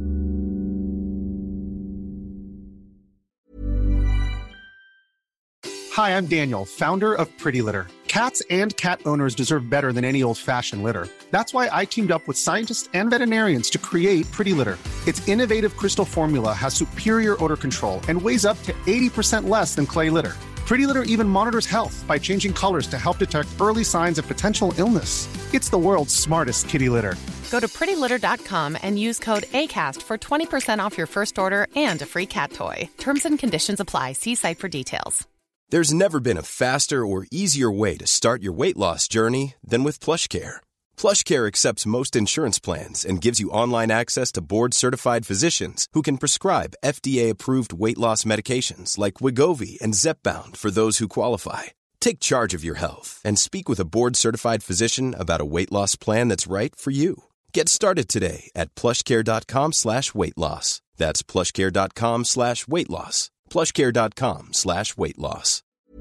Hi, I'm Daniel, founder of Pretty Litter. Cats and cat owners deserve better than any old-fashioned litter. That's why I teamed up with scientists and veterinarians to create Pretty Litter. Its innovative crystal formula has superior odor control and weighs up to eighty percent less than clay litter. Pretty Litter even monitors health by changing colors to help detect early signs of potential illness. It's the world's smartest kitty litter. Go to pretty litter dot com and use code ACAST for twenty percent off your first order and a free cat toy. Terms and conditions apply. See site for details. There's never been a faster or easier way to start your weight loss journey than with PlushCare. PlushCare accepts most insurance plans and gives you online access to board-certified physicians who can prescribe F D A-approved weight loss medications like Wegovy and Zepbound for those who qualify. Take charge of your health and speak with a board-certified physician about a weight loss plan that's right for you. Get started today at plushcare.com slash weight loss. That's plushcare.com slash weight loss. plushcare.com slash weight loss.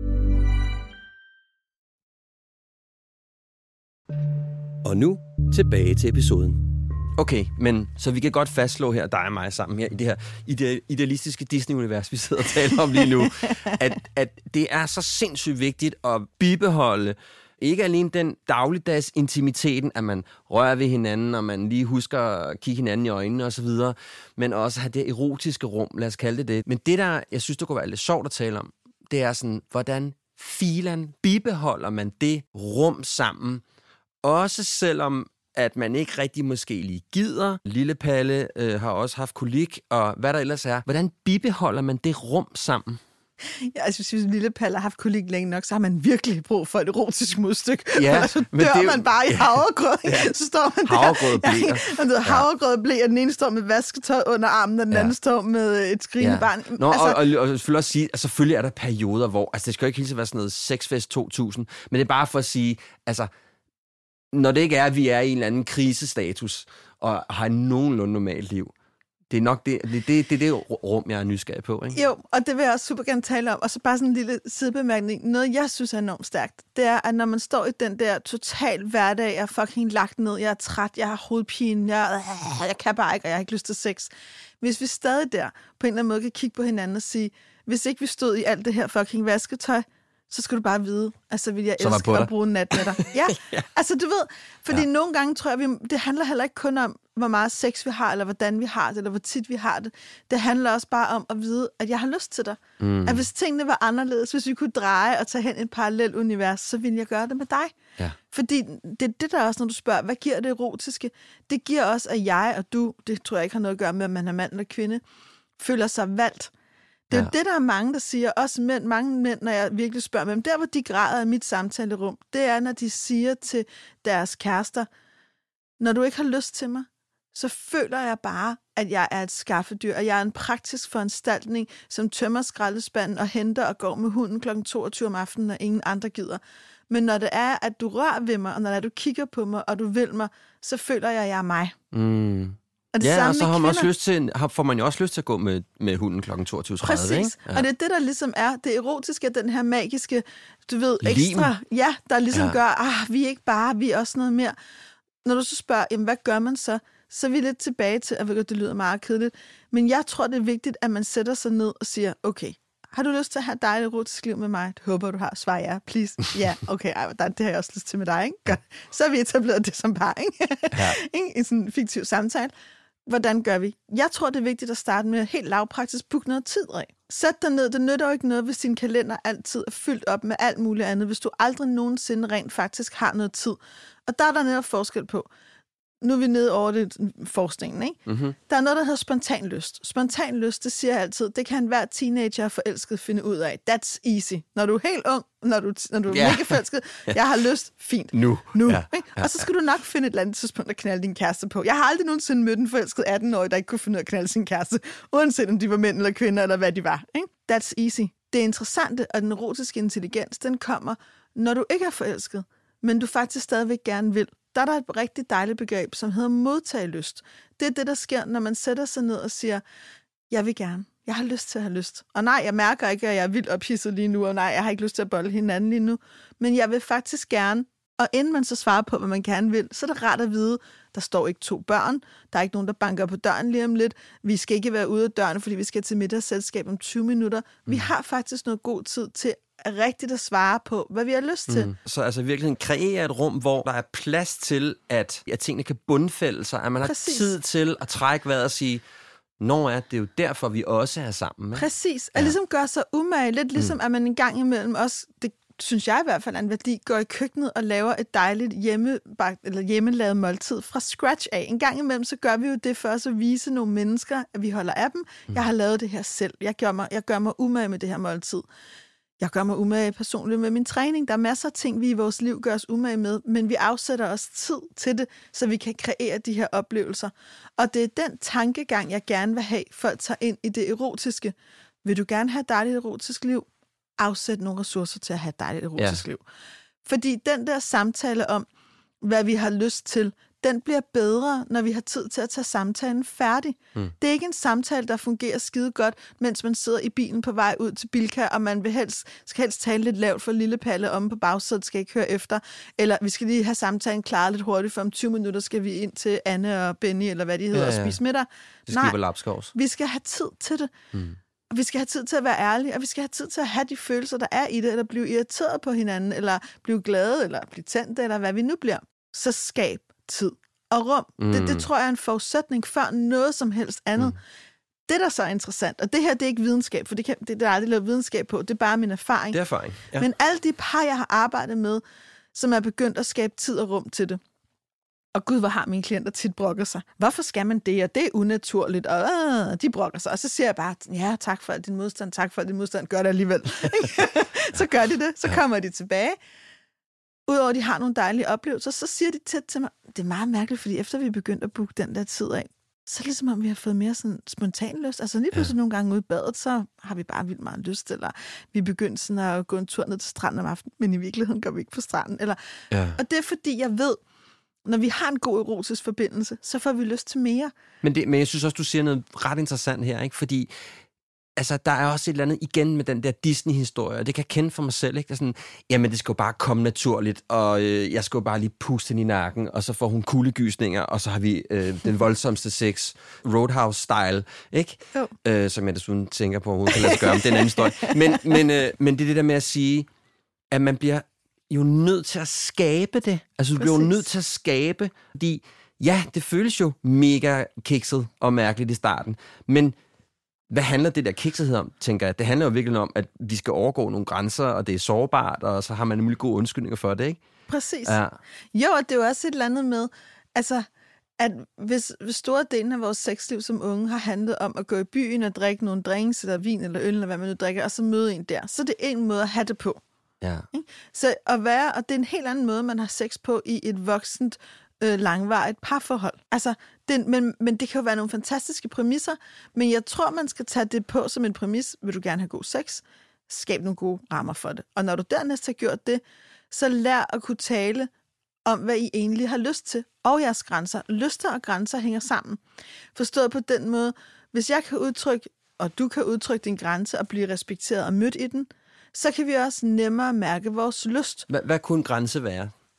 Og nu tilbage til episoden. Okay, men så vi kan godt fastslå her, dig og mig sammen her i det her ide- idealistiske Disney-univers, vi sidder og taler om lige nu, at, at det er så sindssygt vigtigt at bibeholde ikke alene den dagligdags intimiteten, at man rører ved hinanden, og man lige husker at kigge hinanden i øjnene og så videre, men også have det erotiske rum, lad os kalde det det. Men det, der jeg synes, det kunne være lidt sjovt at tale om, det er sådan, hvordan filan bibeholder man det rum sammen, også selvom at man ikke rigtig måske lige gider. Lille Palle øh, har også haft kolik, og hvad der ellers er. Hvordan bibeholder man det rum sammen? Ja, altså, hvis Lille Palle har haft kolik længe nok, så har man virkelig brug for et erotisk modstykke. Ja, så men dør det, man bare i ja, havregrød. ja. Så står man der. Havregrød blæer. Ja, ja, havregrød blæer, og den ene står med vasketøj under armen, og den ja. anden står med et skrigende ja. barn. Nå, altså, og, og, og selvfølgelig også sige, at selvfølgelig er der perioder, hvor, altså det skal jo ikke hele tiden være sådan noget sexfest to tusind, men det er bare for at sige, altså, når det ikke er, at vi er i en eller anden krisestatus, og har en nogenlunde normalt liv, det er nok det, det, det, det, det rum, jeg er nysgerrig på, ikke? Jo, og det vil jeg også super gerne tale om. Og så bare sådan en lille sidebemærkning. Noget, jeg synes er enormt stærkt, det er, at når man står i den der total hverdag, jeg er fucking lagt ned, jeg er træt, jeg har hovedpine, jeg, øh, jeg kan bare ikke, og jeg har ikke lyst til sex. Hvis vi stadig der på en eller anden måde kan kigge på hinanden og sige, hvis ikke vi stod i alt det her fucking vasketøj, så skal du bare vide, altså vil jeg elske at bruge nat med dig. Ja, ja, altså du ved, fordi ja. nogle gange tror jeg, vi, det handler heller ikke kun om, hvor meget sex vi har, eller hvordan vi har det, eller hvor tit vi har det. Det handler også bare om at vide, at jeg har lyst til dig. Mm. At hvis tingene var anderledes, hvis vi kunne dreje og tage hen i et parallelt univers, så ville jeg gøre det med dig. Ja. Fordi det er det der også, når du spørger, hvad giver det erotiske? Det giver også, at jeg og du, det tror jeg ikke har noget at gøre med, om man er mand eller kvinde, føler sig valgt. Det er ja. jo det, der er mange, der siger, også mænd, mange mænd, når jeg virkelig spørger dem, der hvor de græder i mit samtalerum, det er, når de siger til deres kærester, når du ikke har lyst til mig, så føler jeg bare, at jeg er et skaffedyr, og jeg er en praktisk foranstaltning, som tømmer skraldespanden og henter og går med hunden klokken toogtyve om aftenen, når ingen andre gider. Men når det er, at du rører ved mig, og når du kigger på mig, og du vil mig, så føler jeg, at jeg er mig. Mm. Og det ja, og så har man også lyst til, får man jo også lyst til at gå med, med hunden klokken toogtyve tredive. Præcis, ikke? Ja. Og det er det, der ligesom er det erotiske, den her magiske, du ved, ekstra, Lim. ja, der ligesom ja. gør, ah, vi er ikke bare, vi er også noget mere. når du så spørger, jamen, hvad gør man så? Så er vi lidt tilbage til, at det lyder meget kedeligt. Men jeg tror, det er vigtigt, at man sætter sig ned og siger, okay, har du lyst til at have et dejligt erotisk liv med mig? Det håber du har. Svar ja, please. Ja, okay, ej, det har jeg også lyst til med dig, ikke? Godt. Så har vi etableret det som par, ikke? Ja. I sådan en fiktiv samtale. Hvordan gør vi? Jeg tror, det er vigtigt at starte med helt lavpraktisk book noget tid af. Sæt dig ned. Det nytter jo ikke noget, hvis din kalender altid er fyldt op med alt muligt andet, hvis du aldrig nogensinde rent faktisk har noget tid. Og der er der netop forskel på. Nu er vi nede over det forskningen, ikke? Mm-hmm. Der er noget, der hedder spontan lyst. Spontan lyst, det siger jeg altid, det kan enhver teenager og forelsket finde ud af. That's easy. Når du er helt ung, når du, når du er yeah. mega forelsket, jeg har lyst, fint. Nu. nu ja. Ikke? Og så skal du nok finde et eller andet tidspunkt at knalde din kæreste på. Jeg har aldrig nogensinde mødt en forelsket atten-årig, der ikke kunne finde ud af at knalde sin kæreste, uanset om de var mænd eller kvinder, eller hvad de var. Ikke? That's easy. Det interessante og den erotiske intelligens, den kommer, når du ikke er forelsket, men du faktisk stadigvæk gerne vil. Der er der et rigtig dejligt begreb, som hedder modtagelyst. Det er det, der sker, når man sætter sig ned og siger, jeg vil gerne, jeg har lyst til at have lyst. Og nej, jeg mærker ikke, at jeg er vildt ophidset lige nu, og nej, jeg har ikke lyst til at bolle hinanden lige nu. Men jeg vil faktisk gerne, og inden man så svarer på, hvad man gerne vil, så er det rart at vide, der står ikke to børn, der er ikke nogen, der banker på døren lige om lidt, vi skal ikke være ude af døren, fordi vi skal til middagsselskab om tyve minutter. Vi har faktisk noget god tid til er rigtigt at svare på, hvad vi har lyst til. Mm. Så altså virkelig kreere et rum, hvor der er plads til, at, at tingene kan bundfælde sig, at man har Præcis. tid til at trække vejret og sige, nå ja, det er jo derfor, vi også er sammen. Ikke? Præcis. At ja. ligesom gøre sig umage, lidt ligesom, mm. at man en gang imellem også, det synes jeg i hvert fald er en værdi, går i køkkenet og laver et dejligt hjemmebagt, eller hjemmelavet måltid fra scratch af. En gang imellem, så gør vi jo det for os at vise nogle mennesker, at vi holder af dem. Mm. Jeg har lavet det her selv. Jeg gør mig, jeg gør mig umage med det her måltid. Jeg gør mig umage personligt med min træning. Der er masser af ting, vi i vores liv gør os umage med, men vi afsætter os tid til det, så vi kan kreere de her oplevelser. Og det er den tankegang, jeg gerne vil have, folk tager ind i det erotiske. Vil du gerne have et dejligt erotisk liv? Afsæt nogle ressourcer til at have et dejligt erotisk ja. liv. Fordi den der samtale om, hvad vi har lyst til, den bliver bedre, når vi har tid til at tage samtalen færdig. Mm. Det er ikke en samtale, der fungerer skide godt, mens man sidder i bilen på vej ud til Bilka, og man vil helst, skal helst tale lidt lavt for lille Palle om på bagsædet, skal ikke høre efter. Eller vi skal lige have samtalen klaret lidt hurtigt, for om tyve minutter skal vi ind til Anne og Benny, eller hvad de hedder, ja, ja. og spise middag. Det skal på Lapskovs. Vi skal have tid til det. Mm. Og vi skal have tid til at være ærlige, og vi skal have tid til at have de følelser, der er i det, eller blive irriteret på hinanden, eller blive glade, eller blive tændt, eller hvad vi nu bliver. Så skab tid og rum. Mm. Det, det tror jeg er en forudsætning før noget som helst andet. Mm. Det, der så er interessant, og det her, det er ikke videnskab, for det, kan, det der er aldrig lavet videnskab på, det er bare min erfaring. Det er erfaring, ja. Men alle de par, jeg har arbejdet med, som er begyndt at skabe tid og rum til det. Og gud, hvor har mine klienter tit brokker sig. Hvorfor skal man det? Og det er unaturligt. Og øh, de brokker sig. Og så siger jeg bare, ja, tak for din modstand, tak for din modstand, gør det alligevel. Så gør de det, så kommer de tilbage. Udover at de har nogle dejlige oplevelser, så siger de tæt til mig, det er meget mærkeligt, fordi efter vi begyndte at booke den der tid af, så er det ligesom om, vi har fået mere sådan spontan lyst. Altså lige pludselig ja. nogle gange ude i badet, så har vi bare vildt meget lyst, eller vi begyndte sådan at gå en tur ned til stranden om aftenen, men i virkeligheden går vi ikke på stranden. Eller, ja. Og det er fordi, jeg ved, når vi har en god erotisk forbindelse, så får vi lyst til mere. Men, det, men jeg synes også, du siger noget ret interessant her, ikke? Fordi altså, der er også et eller andet igen med den der Disney-historie, og det kan jeg kende for mig selv, ikke? Det er sådan, jamen, det skal jo bare komme naturligt, og øh, jeg skal jo bare lige puste hende i nakken, og så får hun kuldegysninger, og så har vi øh, den voldsomste sex, Roadhouse-style, ikke? Øh, som jeg desuden tænker på, hun kan lade sig gøre om den anden historie. Men, men, øh, men det er det der med at sige, at man bliver jo nødt til at skabe det. Altså, du Præcis. bliver jo nødt til at skabe, fordi ja, det føles jo mega kikset og mærkeligt i starten, men hvad handler det der kiksethed om, tænker jeg? Det handler jo virkelig om, at vi skal overgå nogle grænser, og det er sårbart, og så har man nemlig gode undskyldninger for det, ikke? Præcis. Ja. Jo, og det er jo også et eller andet med, altså, at hvis, hvis store delen af vores sexliv som unge har handlet om at gå i byen og drikke nogle drinks, eller vin, eller øl, eller hvad man nu drikker, og så møde en der, så er det en måde at have det på. Ja. Så at være, og det er en helt anden måde, man har sex på i et voksent, øh, langvarigt parforhold. Altså, det, men, men det kan jo være nogle fantastiske præmisser, men jeg tror, man skal tage det på som en præmis. Vil du gerne have god sex? Skab nogle gode rammer for det. Og når du dernæst har gjort det, så lær at kunne tale om, hvad I egentlig har lyst til, og jeres grænser. Lyster og grænser hænger sammen. Forstået på den måde, hvis jeg kan udtrykke, og du kan udtrykke din grænse og blive respekteret og mødt i den, så kan vi også nemmere mærke vores lyst. Hvad, hvad kunne en grænse være?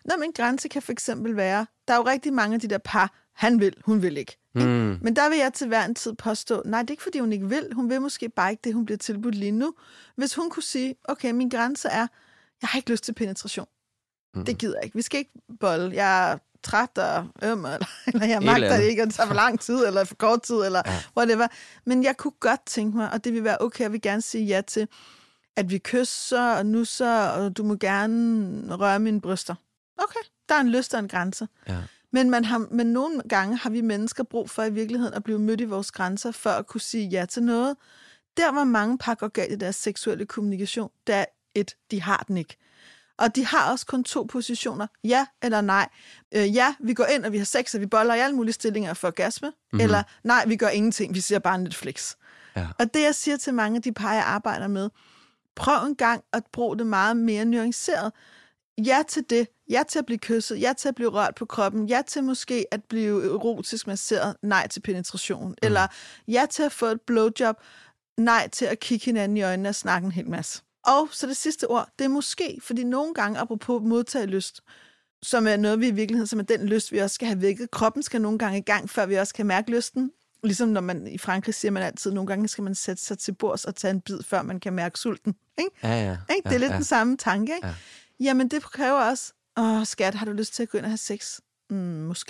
Nå, men en grænse kan for eksempel være, der er jo rigtig mange af de der par, han vil, hun vil ikke. Mm. ikke? Men der vil jeg til hver en tid påstå, nej, det er ikke fordi, hun ikke vil. Hun vil måske bare ikke det, hun bliver tilbudt lige nu. Hvis hun kunne sige, okay, min grænse er, jeg har ikke lyst til penetration. Mm. Det gider jeg ikke. Vi skal ikke bolle. Jeg er træt og øm, eller, eller jeg magter det ikke, og det tager for lang tid, eller for kort tid, eller ja. whatever. Men jeg kunne godt tænke mig, og det vil være okay, jeg vil gerne sige ja til, at vi kysser og nusser, og du må gerne røre mine bryster. Okay, der er en lyst og en grænse. Ja. Men, man har, men nogle gange har vi mennesker brug for i virkeligheden at blive mødt i vores grænser, for at kunne sige ja til noget. Der var mange par går galt i deres seksuelle kommunikation. Der er et, de har den ikke. Og de har også kun to positioner. Ja eller nej. Øh, ja, vi går ind, og vi har sex, og vi boller i alle mulige stillinger for orgasme. Mm-hmm. Eller nej, vi gør ingenting, vi ser bare Netflix. Ja. Og det, jeg siger til mange af de par, jeg arbejder med, prøv en gang at bruge det meget mere nuanceret. Ja til det. Ja til at blive kysset. Ja til at blive rørt på kroppen. Ja til måske at blive erotisk masseret. Nej til penetration. Mm. Eller ja til at få et blowjob. Nej til at kigge hinanden i øjnene og snakke en hel masse. Og så det sidste ord, det er måske, fordi nogle gange, apropos modtagelyst, som er noget, vi i virkeligheden, som er den lyst, vi også skal have vækket. Kroppen skal nogle gange i gang, før vi også kan mærke lysten. Ligesom når man i Frankrig siger man altid, nogle gange skal man sætte sig til bords og tage en bid, før man kan mærke sulten. Ikke? Ja, ja. Ikke? Det er ja, lidt ja. den samme tanke, ikke? Ja. Jamen, det kræver også, åh, skat, har du lyst til at gå ind og have sex? Mm, måske.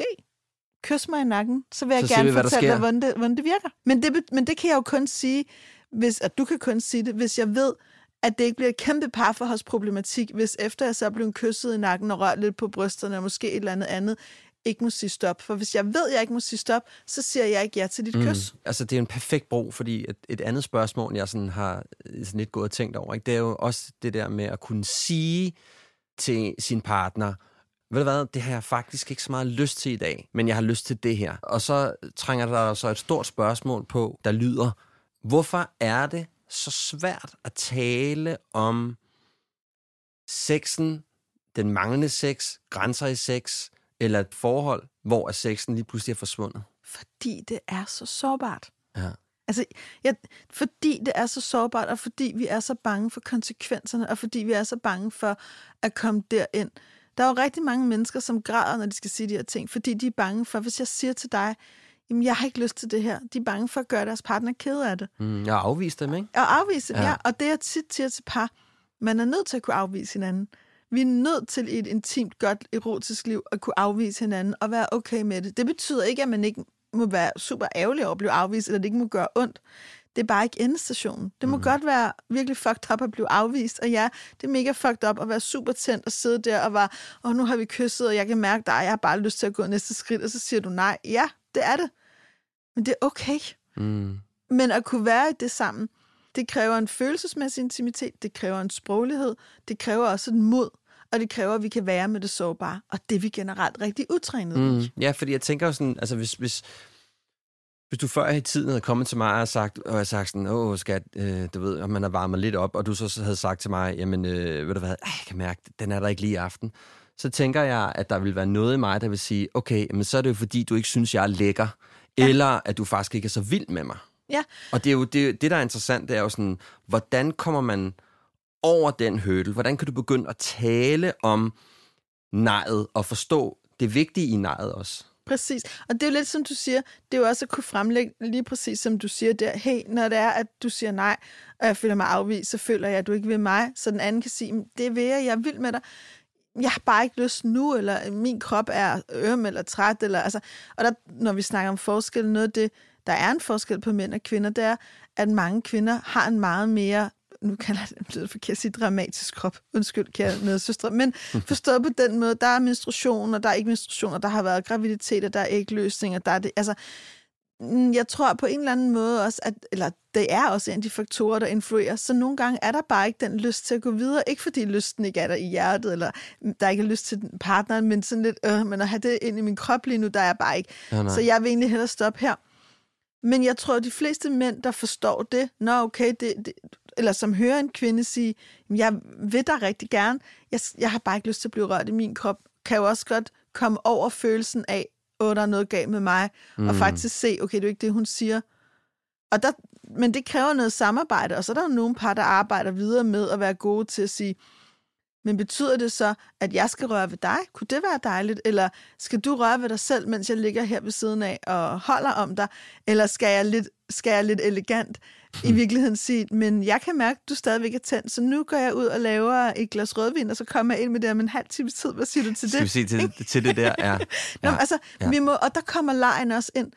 Kys mig i nakken, så vil jeg så gerne vi, fortælle dig, hvordan det, hvordan det virker. Men det, men det kan jeg jo kun sige, hvis, at du kan kun sige det, hvis jeg ved, at det ikke bliver et kæmpe parforholdsproblematik, hvis efter jeg så er blevet kysset i nakken og rørt lidt på brysterne, og måske et eller andet andet, ikke må sige stop. For hvis jeg ved, at jeg ikke må sige stop, så siger jeg ikke ja til dit mm. kys. Altså, det er en perfekt bro, fordi et, et andet spørgsmål, jeg sådan har sådan lidt gået og tænkt over, ikke? Det er jo også det der med at kunne sige til sin partner, ved du hvad, det har jeg faktisk ikke så meget lyst til i dag, men jeg har lyst til det her. Og så trænger der så et stort spørgsmål på, der lyder, hvorfor er det så svært at tale om sexen, den manglende sex, grænser i sex, eller et forhold, hvor sexen lige pludselig er forsvundet? Fordi det er så sårbart. Ja. Altså, ja, fordi det er så sårbart, og fordi vi er så bange for konsekvenserne, og fordi vi er så bange for at komme derind. Der er jo rigtig mange mennesker, som græder, når de skal sige de her ting, fordi de er bange for, hvis jeg siger til dig, jamen, jeg har ikke lyst til det her. De er bange for at gøre deres partner ked af det. Mm, jeg afviser dem, ikke? Og afvise dem, ja. ja. Og det, jeg tit siger til par, man er nødt til at kunne afvise hinanden. Vi er nødt til i et intimt, godt, erotisk liv at kunne afvise hinanden og være okay med det. Det betyder ikke, at man ikke må være super ærgerlig over at blive afvist, eller det ikke må gøre ondt. Det er bare ikke endestationen. Det må mm. godt være virkelig fucked up at blive afvist, og ja, det er mega fucked up at være super tændt og sidde der og være, åh, nu har vi kysset, og jeg kan mærke dig, jeg har bare lyst til at gå næste skridt, og så siger du nej. Ja, det er det. Men det er okay. Mm. Men at kunne være i det sammen, det kræver en følelsesmæssig intimitet, det kræver en sproglighed, det kræver også en mod, og det kræver, at vi kan være med det sårbare, og det er vi generelt rigtig utrænet mm. i. Ja, fordi jeg tænker jo sådan, altså hvis, hvis, hvis du før i tiden havde kommet til mig og sagt, og jeg sagt sådan, åh skat, øh, du ved, og man har varmet lidt op, og du så havde sagt til mig, jamen, øh, ved du hvad, jeg kan mærke, den er der ikke lige i aften, så tænker jeg, at der vil være noget i mig, der vil sige, okay, men så er det jo fordi, du ikke synes, jeg er lækker, ja. Eller at du faktisk ikke er så vild med mig. Ja. Og det er jo det, det, der er interessant, det er jo sådan, hvordan kommer man over den hurdle? Hvordan kan du begynde at tale om nejet og forstå det vigtige i nejet også? Præcis. Og det er jo lidt, som du siger, det er jo også at kunne fremlægge lige præcis, som du siger der. Hey, når det er, at du siger nej, og jeg føler mig afvist, så føler jeg, at du ikke vil mig. Så den anden kan sige, det vil jeg, jeg er vild med dig. Jeg har bare ikke lyst nu, eller min krop er øm eller træt. Eller, altså, og der, når vi snakker om forskel, noget af det, der er en forskel på mænd og kvinder, det er, at mange kvinder har en meget mere, nu kalder jeg det, for kan jeg sige dramatisk krop, undskyld, kære medsøstre, men forstået på den måde, der er menstruation, og der er ikke menstruation, og der har været graviditet, og der er ægløsning, og der er det, altså, jeg tror på en eller anden måde også, at, eller det er også en af de faktorer, der influerer, så nogle gange er der bare ikke den lyst til at gå videre, ikke fordi lysten ikke er der i hjertet, eller der ikke er lyst til partneren, men sådan lidt, øh, men at have det ind i min krop lige nu, der er bare ikke. Ja, så jeg vil egentlig hellere stoppe her. Men jeg tror, at de fleste mænd, der forstår det, nå okay, det, det, eller som hører en kvinde sige, jeg vil dig rigtig gerne, jeg, jeg har bare ikke lyst til at blive rørt i min krop, kan jo også godt komme over følelsen af, åh, der er noget galt med mig, mm. og faktisk se, okay, det er jo ikke det, hun siger. Og der, men det kræver noget samarbejde, og så er der nogle par, der arbejder videre med at være gode til at sige, Men betyder det så, at jeg skal røre ved dig? Kunne det være dejligt? Eller skal du røre ved dig selv, mens jeg ligger her ved siden af og holder om dig? Eller skal jeg lidt, skal jeg lidt elegant i virkeligheden sige, men jeg kan mærke, at du stadigvæk er tændt, så nu går jeg ud og laver et glas rødvin, og så kommer jeg ind med det om en halv time tid. Hvad siger du til det? Skal vi sige til, til det der? Ja. Nå, ja. altså, ja. vi må, og der kommer lejen også ind.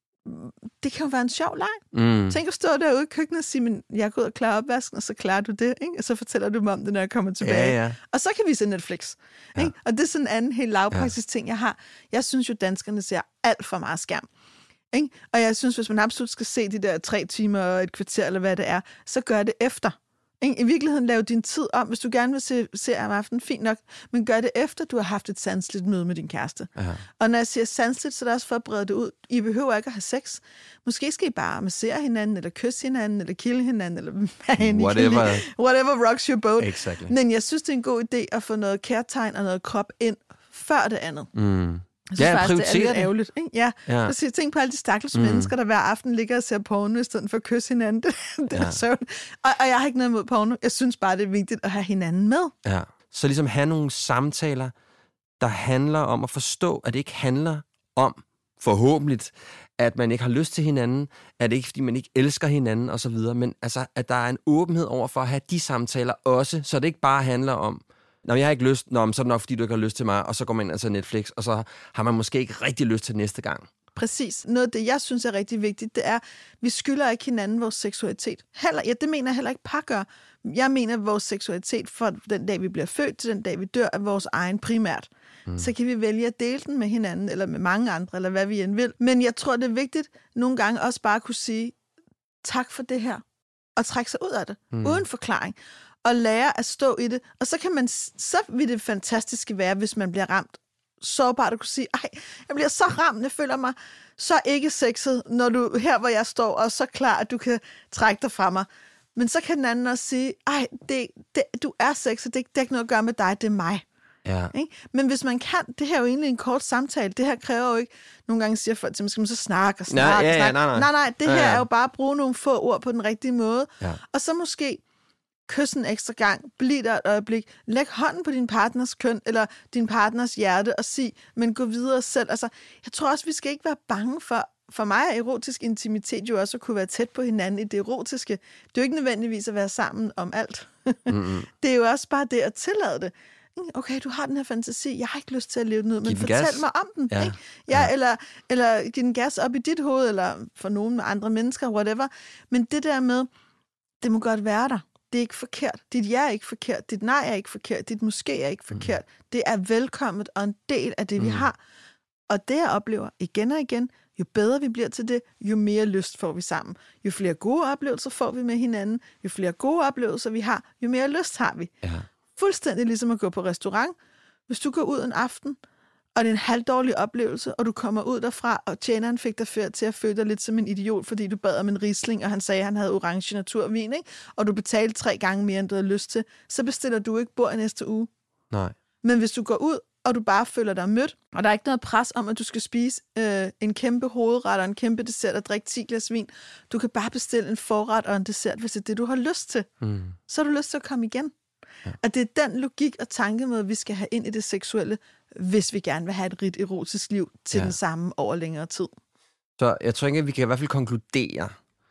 Det kan jo være en sjov leg. Mm. Tænk at stå derude i køkkenet og sige, men jeg går ud og klarer opvasken, og så klarer du det, ikke? Og så fortæller du mig om det, når jeg kommer tilbage. Ja, ja. Og så kan vi se Netflix. Ja. Ikke? Og det er sådan en anden helt lavpraktisk ja. ting, jeg har. Jeg synes jo, danskerne ser alt for meget skærm. Ikke? Og jeg synes, hvis man absolut skal se de der tre timer og et kvarter, eller hvad det er, så gør det efter. Ikke? I virkeligheden lav din tid om, hvis du gerne vil se serie om aftenen, fint nok, men gør det efter, du har haft et sanseligt møde med din kæreste. Ja. Og når jeg siger sanseligt, så er det også for at brede det ud. I behøver ikke at have sex. Måske skal I bare massere hinanden, eller kysse hinanden, eller kille hinanden, eller hvad end whatever. whatever rocks your boat. Exactly. Men jeg synes, det er en god idé at få noget kærtegn og noget krop ind, før det andet. Mm. Jeg synes ja, faktisk, det er lidt det. ærgerligt. Ikke? Ja, ja. Så tænk på alle de stakkels mm. mennesker, der hver aften ligger og ser porno, i stedet for at kysse hinanden. Det, det ja. er søvn. Og, og jeg har ikke noget imod porno. Jeg synes bare, det er vigtigt at have hinanden med. Ja. Så ligesom have nogle samtaler, der handler om at forstå, at det ikke handler om, forhåbentlig, at man ikke har lyst til hinanden, at det ikke fordi man ikke elsker hinanden og så videre, men altså, at der er en åbenhed over for at have de samtaler også, så det ikke bare handler om, Nå, jeg har ikke lyst, Nå, så er det nok, fordi du ikke har lyst til mig, og så går man ind og ser Netflix, og så har man måske ikke rigtig lyst til næste gang. Præcis. Noget af det, jeg synes er rigtig vigtigt, det er, vi skylder ikke hinanden vores seksualitet. Heller, ja, det mener jeg heller ikke par gør. Jeg mener, at vores seksualitet fra den dag, vi bliver født, til den dag, vi dør, er vores egen primært. Mm. Så kan vi vælge at dele den med hinanden, eller med mange andre, eller hvad vi end vil. Men jeg tror, det er vigtigt nogle gange også bare at kunne sige, tak for det her, og trække sig ud af det, mm. uden forklaring. Og lære at stå i det. Og så kan man, så vil det fantastiske være, hvis man bliver ramt sårbart at kunne sige, ej, jeg bliver så ramt, jeg føler mig så ikke sexet, når du her, hvor jeg står, og så klar, at du kan trække dig fra mig. Men så kan den anden også sige, ej, det, det, du er sexet, det, det er ikke noget at gøre med dig, det er mig. Ja. Ikke? Men hvis man kan, det her er jo egentlig en kort samtale, det her kræver jo ikke, nogle gange siger folk til mig, skal man så snakke og snakke, ja, ja, og snakke. Nej, nej. nej, nej, det her ja, ja. er jo bare at bruge nogle få ord på den rigtige måde, ja. Og så måske kys en ekstra gang, bliv der et øjeblik, læg hånden på din partners køn, eller din partners hjerte, og sig, men gå videre selv. Altså, jeg tror også, vi skal ikke være bange for, for mig er erotisk intimitet jo også at kunne være tæt på hinanden i det erotiske. Det er jo ikke nødvendigvis at være sammen om alt. Mm-hmm. Det er jo også bare det at tillade det. Okay, du har den her fantasi, jeg har ikke lyst til at leve den ud, men fortæl gas. mig om den. Ja. Ikke? Ja, ja. Eller, eller giv den gas op i dit hoved, eller for nogle andre mennesker, whatever. Men det der med, det må godt være der. Det er ikke forkert. Dit ja er ikke forkert. Dit nej er ikke forkert. Dit måske er ikke forkert. Mm. Det er velkommet og en del af det, vi mm. har. Og det, jeg oplever igen og igen, jo bedre vi bliver til det, jo mere lyst får vi sammen. Jo flere gode oplevelser får vi med hinanden, jo flere gode oplevelser vi har, jo mere lyst har vi. Ja. Fuldstændig ligesom at gå på restaurant. Hvis du går ud en aften, og det er en halvdårlig oplevelse, og du kommer ud derfra, og tjeneren fik dig ført til at føle dig lidt som en idiot, fordi du bad om en Riesling, og han sagde, at han havde orange naturvin, ikke? Og du betalte tre gange mere, end du havde lyst til, så bestiller du ikke bord i næste uge. Nej. Men hvis du går ud, og du bare føler dig mødt, og der er ikke noget pres om, at du skal spise øh, en kæmpe hovedret og en kæmpe dessert og drikke ti glas vin. Du kan bare bestille en forret og en dessert, hvis det er det, du har lyst til. Mm. Så har du lyst til at komme igen. Ja. Og det er den logik og tankemåde, vi skal have ind i det seksuelle, hvis vi gerne vil have et rigt erotisk liv til ja. den samme over længere tid. Så jeg tror ikke, at vi kan i hvert fald konkludere,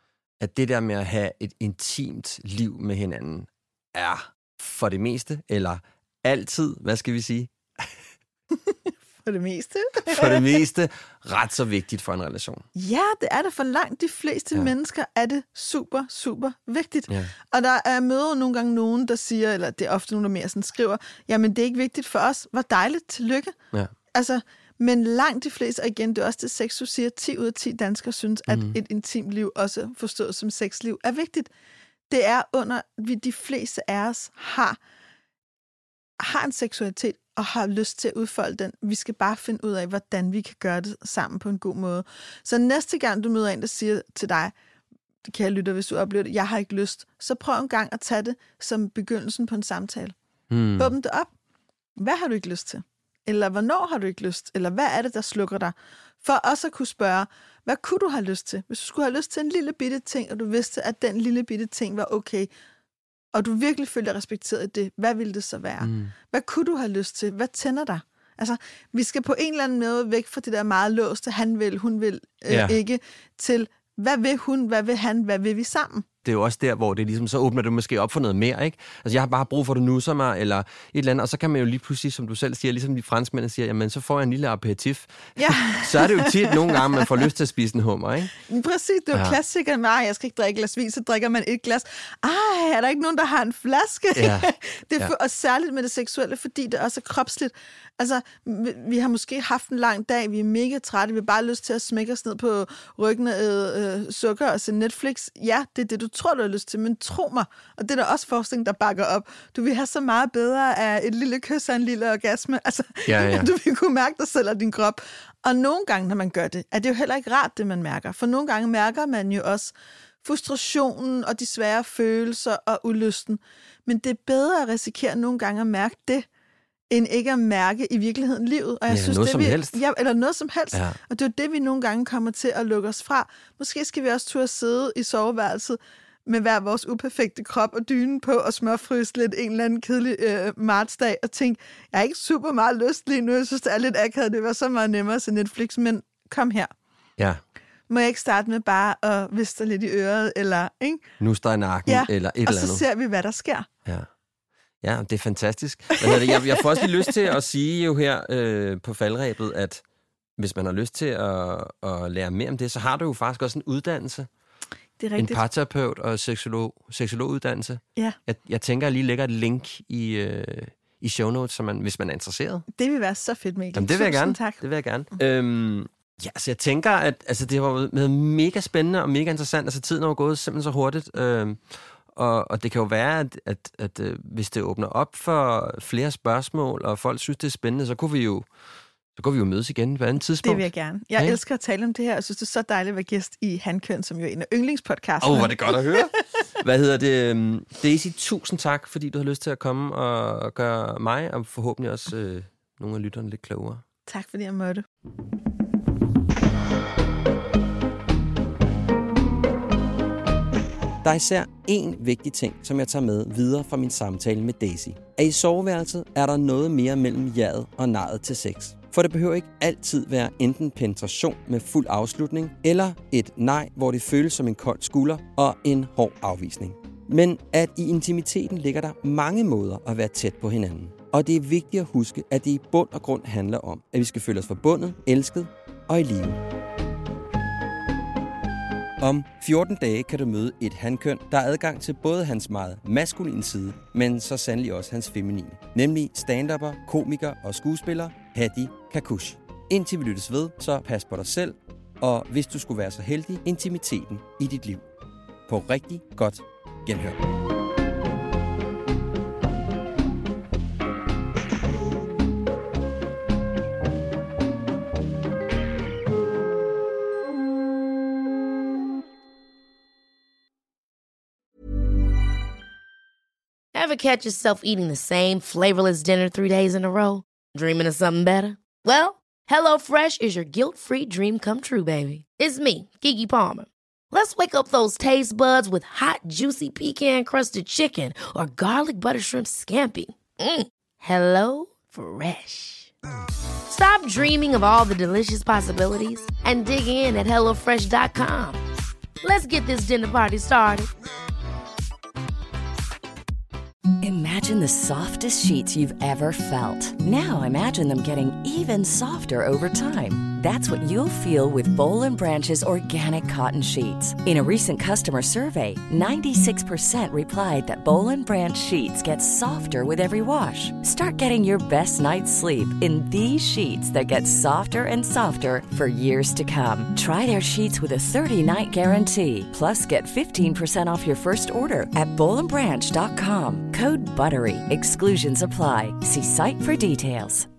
at det der med at have et intimt liv med hinanden, er for det meste, eller altid, hvad skal vi sige? For det meste. for det meste ret så vigtigt for en relation. Ja, det er det. For langt de fleste ja. mennesker er det super, super vigtigt. Ja. Og der er møder nogle gange nogen, der siger, eller det er ofte nogen, der mere sådan skriver, jamen det er ikke vigtigt for os. Hvor dejligt, tillykke. Ja. Altså, men langt de fleste, og igen, det er også det sex, du siger, ti ud af ti danskere synes, at mm. et intimt liv, også forstået som sexliv, er vigtigt. Det er under, vi de fleste af os har, har en seksualitet, og har lyst til at udfolde den. Vi skal bare finde ud af, hvordan vi kan gøre det sammen på en god måde. Så næste gang, du møder en, der siger til dig, det kan jeg lytte, hvis du oplever det, jeg har ikke lyst, så prøv en gang at tage det som begyndelsen på en samtale. Mm. Åbn det op. Hvad har du ikke lyst til? Eller hvornår har du ikke lyst? Eller hvad er det, der slukker dig? For også at kunne spørge, hvad kunne du have lyst til? Hvis du skulle have lyst til en lille bitte ting, og du vidste, at den lille bitte ting var okay, og du virkelig føler dig respekteret i det, hvad ville det så være? Mm. Hvad kunne du have lyst til? Hvad tænder dig? Altså, vi skal på en eller anden måde væk fra det der meget låste, han vil, hun vil øh, ja. ikke, til hvad vil hun, hvad vil han, hvad vil vi sammen? Det er jo også der, hvor det ligesom, så åbner det måske op for noget mere, ikke? Altså, jeg har bare brug for, at du nusser mig, eller et eller andet, og så kan man jo lige pludselig, som du selv siger, ligesom de franskmænd siger, jamen, så får jeg en lille aperitif. Ja. Så er det jo tit nogle gange, man får lyst til at spise en hummer, ikke? Præcis, det er jo ja. klassikeren med, jeg skal ikke drikke glas vin, så drikker man et glas. Ej, er der ikke nogen, der har en flaske? Ja. Det er for, ja. Og særligt med det seksuelle, fordi det også er kropsligt. Altså, vi, vi har måske haft en lang dag, vi er mega trætte, vi har bare lyst til at smække os ned på ryggen af øh, sukker og se Netflix. Ja, det er det, du tror, du har lyst til, men tro mig, og det er der også forskning, der bakker op. Du vil have så meget bedre af et lille kys og en lille orgasme. Altså, ja, ja. Du vil kunne mærke dig selv og din krop. Og nogle gange, når man gør det, er det jo heller ikke rart, det man mærker. For nogle gange mærker man jo også frustrationen og de svære følelser og ulysten. Men det er bedre at risikere nogle gange at mærke det, end ikke at mærke i virkeligheden livet. Og jeg ja, synes, noget det, som vi, helst. Ja, eller noget som helst. Ja. Og det er jo det, vi nogle gange kommer til at lukke os fra. Måske skal vi også turde sidde i soveværelset med hver vores uperfekte krop og dynen på og smørfryse lidt en eller anden kedelig øh, martsdag og tænke, jeg har ikke super meget lyst lige nu. Jeg synes, det er lidt akavet. Det var så meget nemmere at se Netflix, men kom her. Ja. Må jeg ikke starte med bare at viste lidt i øret, eller, ikke? Nus dig i nakken, ja, eller et eller andet. og så ser vi, hvad der sker. Ja. Ja, det er fantastisk. Det? Jeg, jeg får også lige lyst til at sige jo her øh, på faldrebet, at hvis man har lyst til at, at lære mere om det, så har du jo faktisk også en uddannelse. Det er rigtigt. En parterapeut og seksolog, seksologuddannelse. Ja. Jeg, jeg tænker, at jeg lige lægger et link i, øh, i show notes, så man, hvis man er interesseret. Det vil være så fedt, Mikkel. Jamen, det vil jeg gerne. Tak. Det vil jeg gerne. Øhm, ja, så jeg tænker, at altså, det har været mega spændende og mega interessant. Altså, tiden er jo gået simpelthen så hurtigt. Øhm, Og, og det kan jo være, at, at, at, at hvis det åbner op for flere spørgsmål, og folk synes, det er spændende, så kunne vi jo, så kunne vi jo mødes igen på et andet tidspunkt. Det vil jeg gerne. Jeg ja. elsker at tale om det her. Jeg synes, det er så dejligt at være gæst i Handkøn, som jo er en af yndlingspodcasterne. Åh, oh, hvor er det godt at høre. Hvad hedder det? Daisy, tusind tak, fordi du har lyst til at komme og gøre mig, og forhåbentlig også øh, nogle af lytterne lidt klogere. Tak, fordi jeg måtte. Der er især én vigtig ting, som jeg tager med videre fra min samtale med Daisy. At i soveværelset er der noget mere mellem jaet og nejet til sex. For det behøver ikke altid være enten penetration med fuld afslutning, eller et nej, hvor det føles som en kold skulder og en hård afvisning. Men at i intimiteten ligger der mange måder at være tæt på hinanden. Og det er vigtigt at huske, at det i bund og grund handler om, at vi skal føle os forbundet, elsket og i live. Om fjorten dage kan du møde et hankøn, der har adgang til både hans meget maskuline side, men så sandelig også hans feminine. Nemlig stand-upper, komiker og skuespiller Hadi Kakush. Indtil vi lyttes ved, så pas på dig selv, og hvis du skulle være så heldig, intimiteten i dit liv. På rigtig godt genhør. Ever catch yourself eating the same flavorless dinner three days in a row? Dreaming of something better? Well, HelloFresh is your guilt-free dream come true, baby. It's me, Keke Palmer. Let's wake up those taste buds with hot, juicy pecan-crusted chicken or garlic butter shrimp scampi. Mm. Hello Fresh. Stop dreaming of all the delicious possibilities and dig in at hello fresh dot com. Let's get this dinner party started. Imagine the softest sheets you've ever felt. Now imagine them getting even softer over time. That's what you'll feel with Boll and Branch's organic cotton sheets. In a recent customer survey, ninety-six percent replied that Boll and Branch sheets get softer with every wash. Start getting your best night's sleep in these sheets that get softer and softer for years to come. Try their sheets with a thirty-night guarantee. Plus, get fifteen percent off your first order at boll and branch dot com. Code BUTTERY. Exclusions apply. See site for details.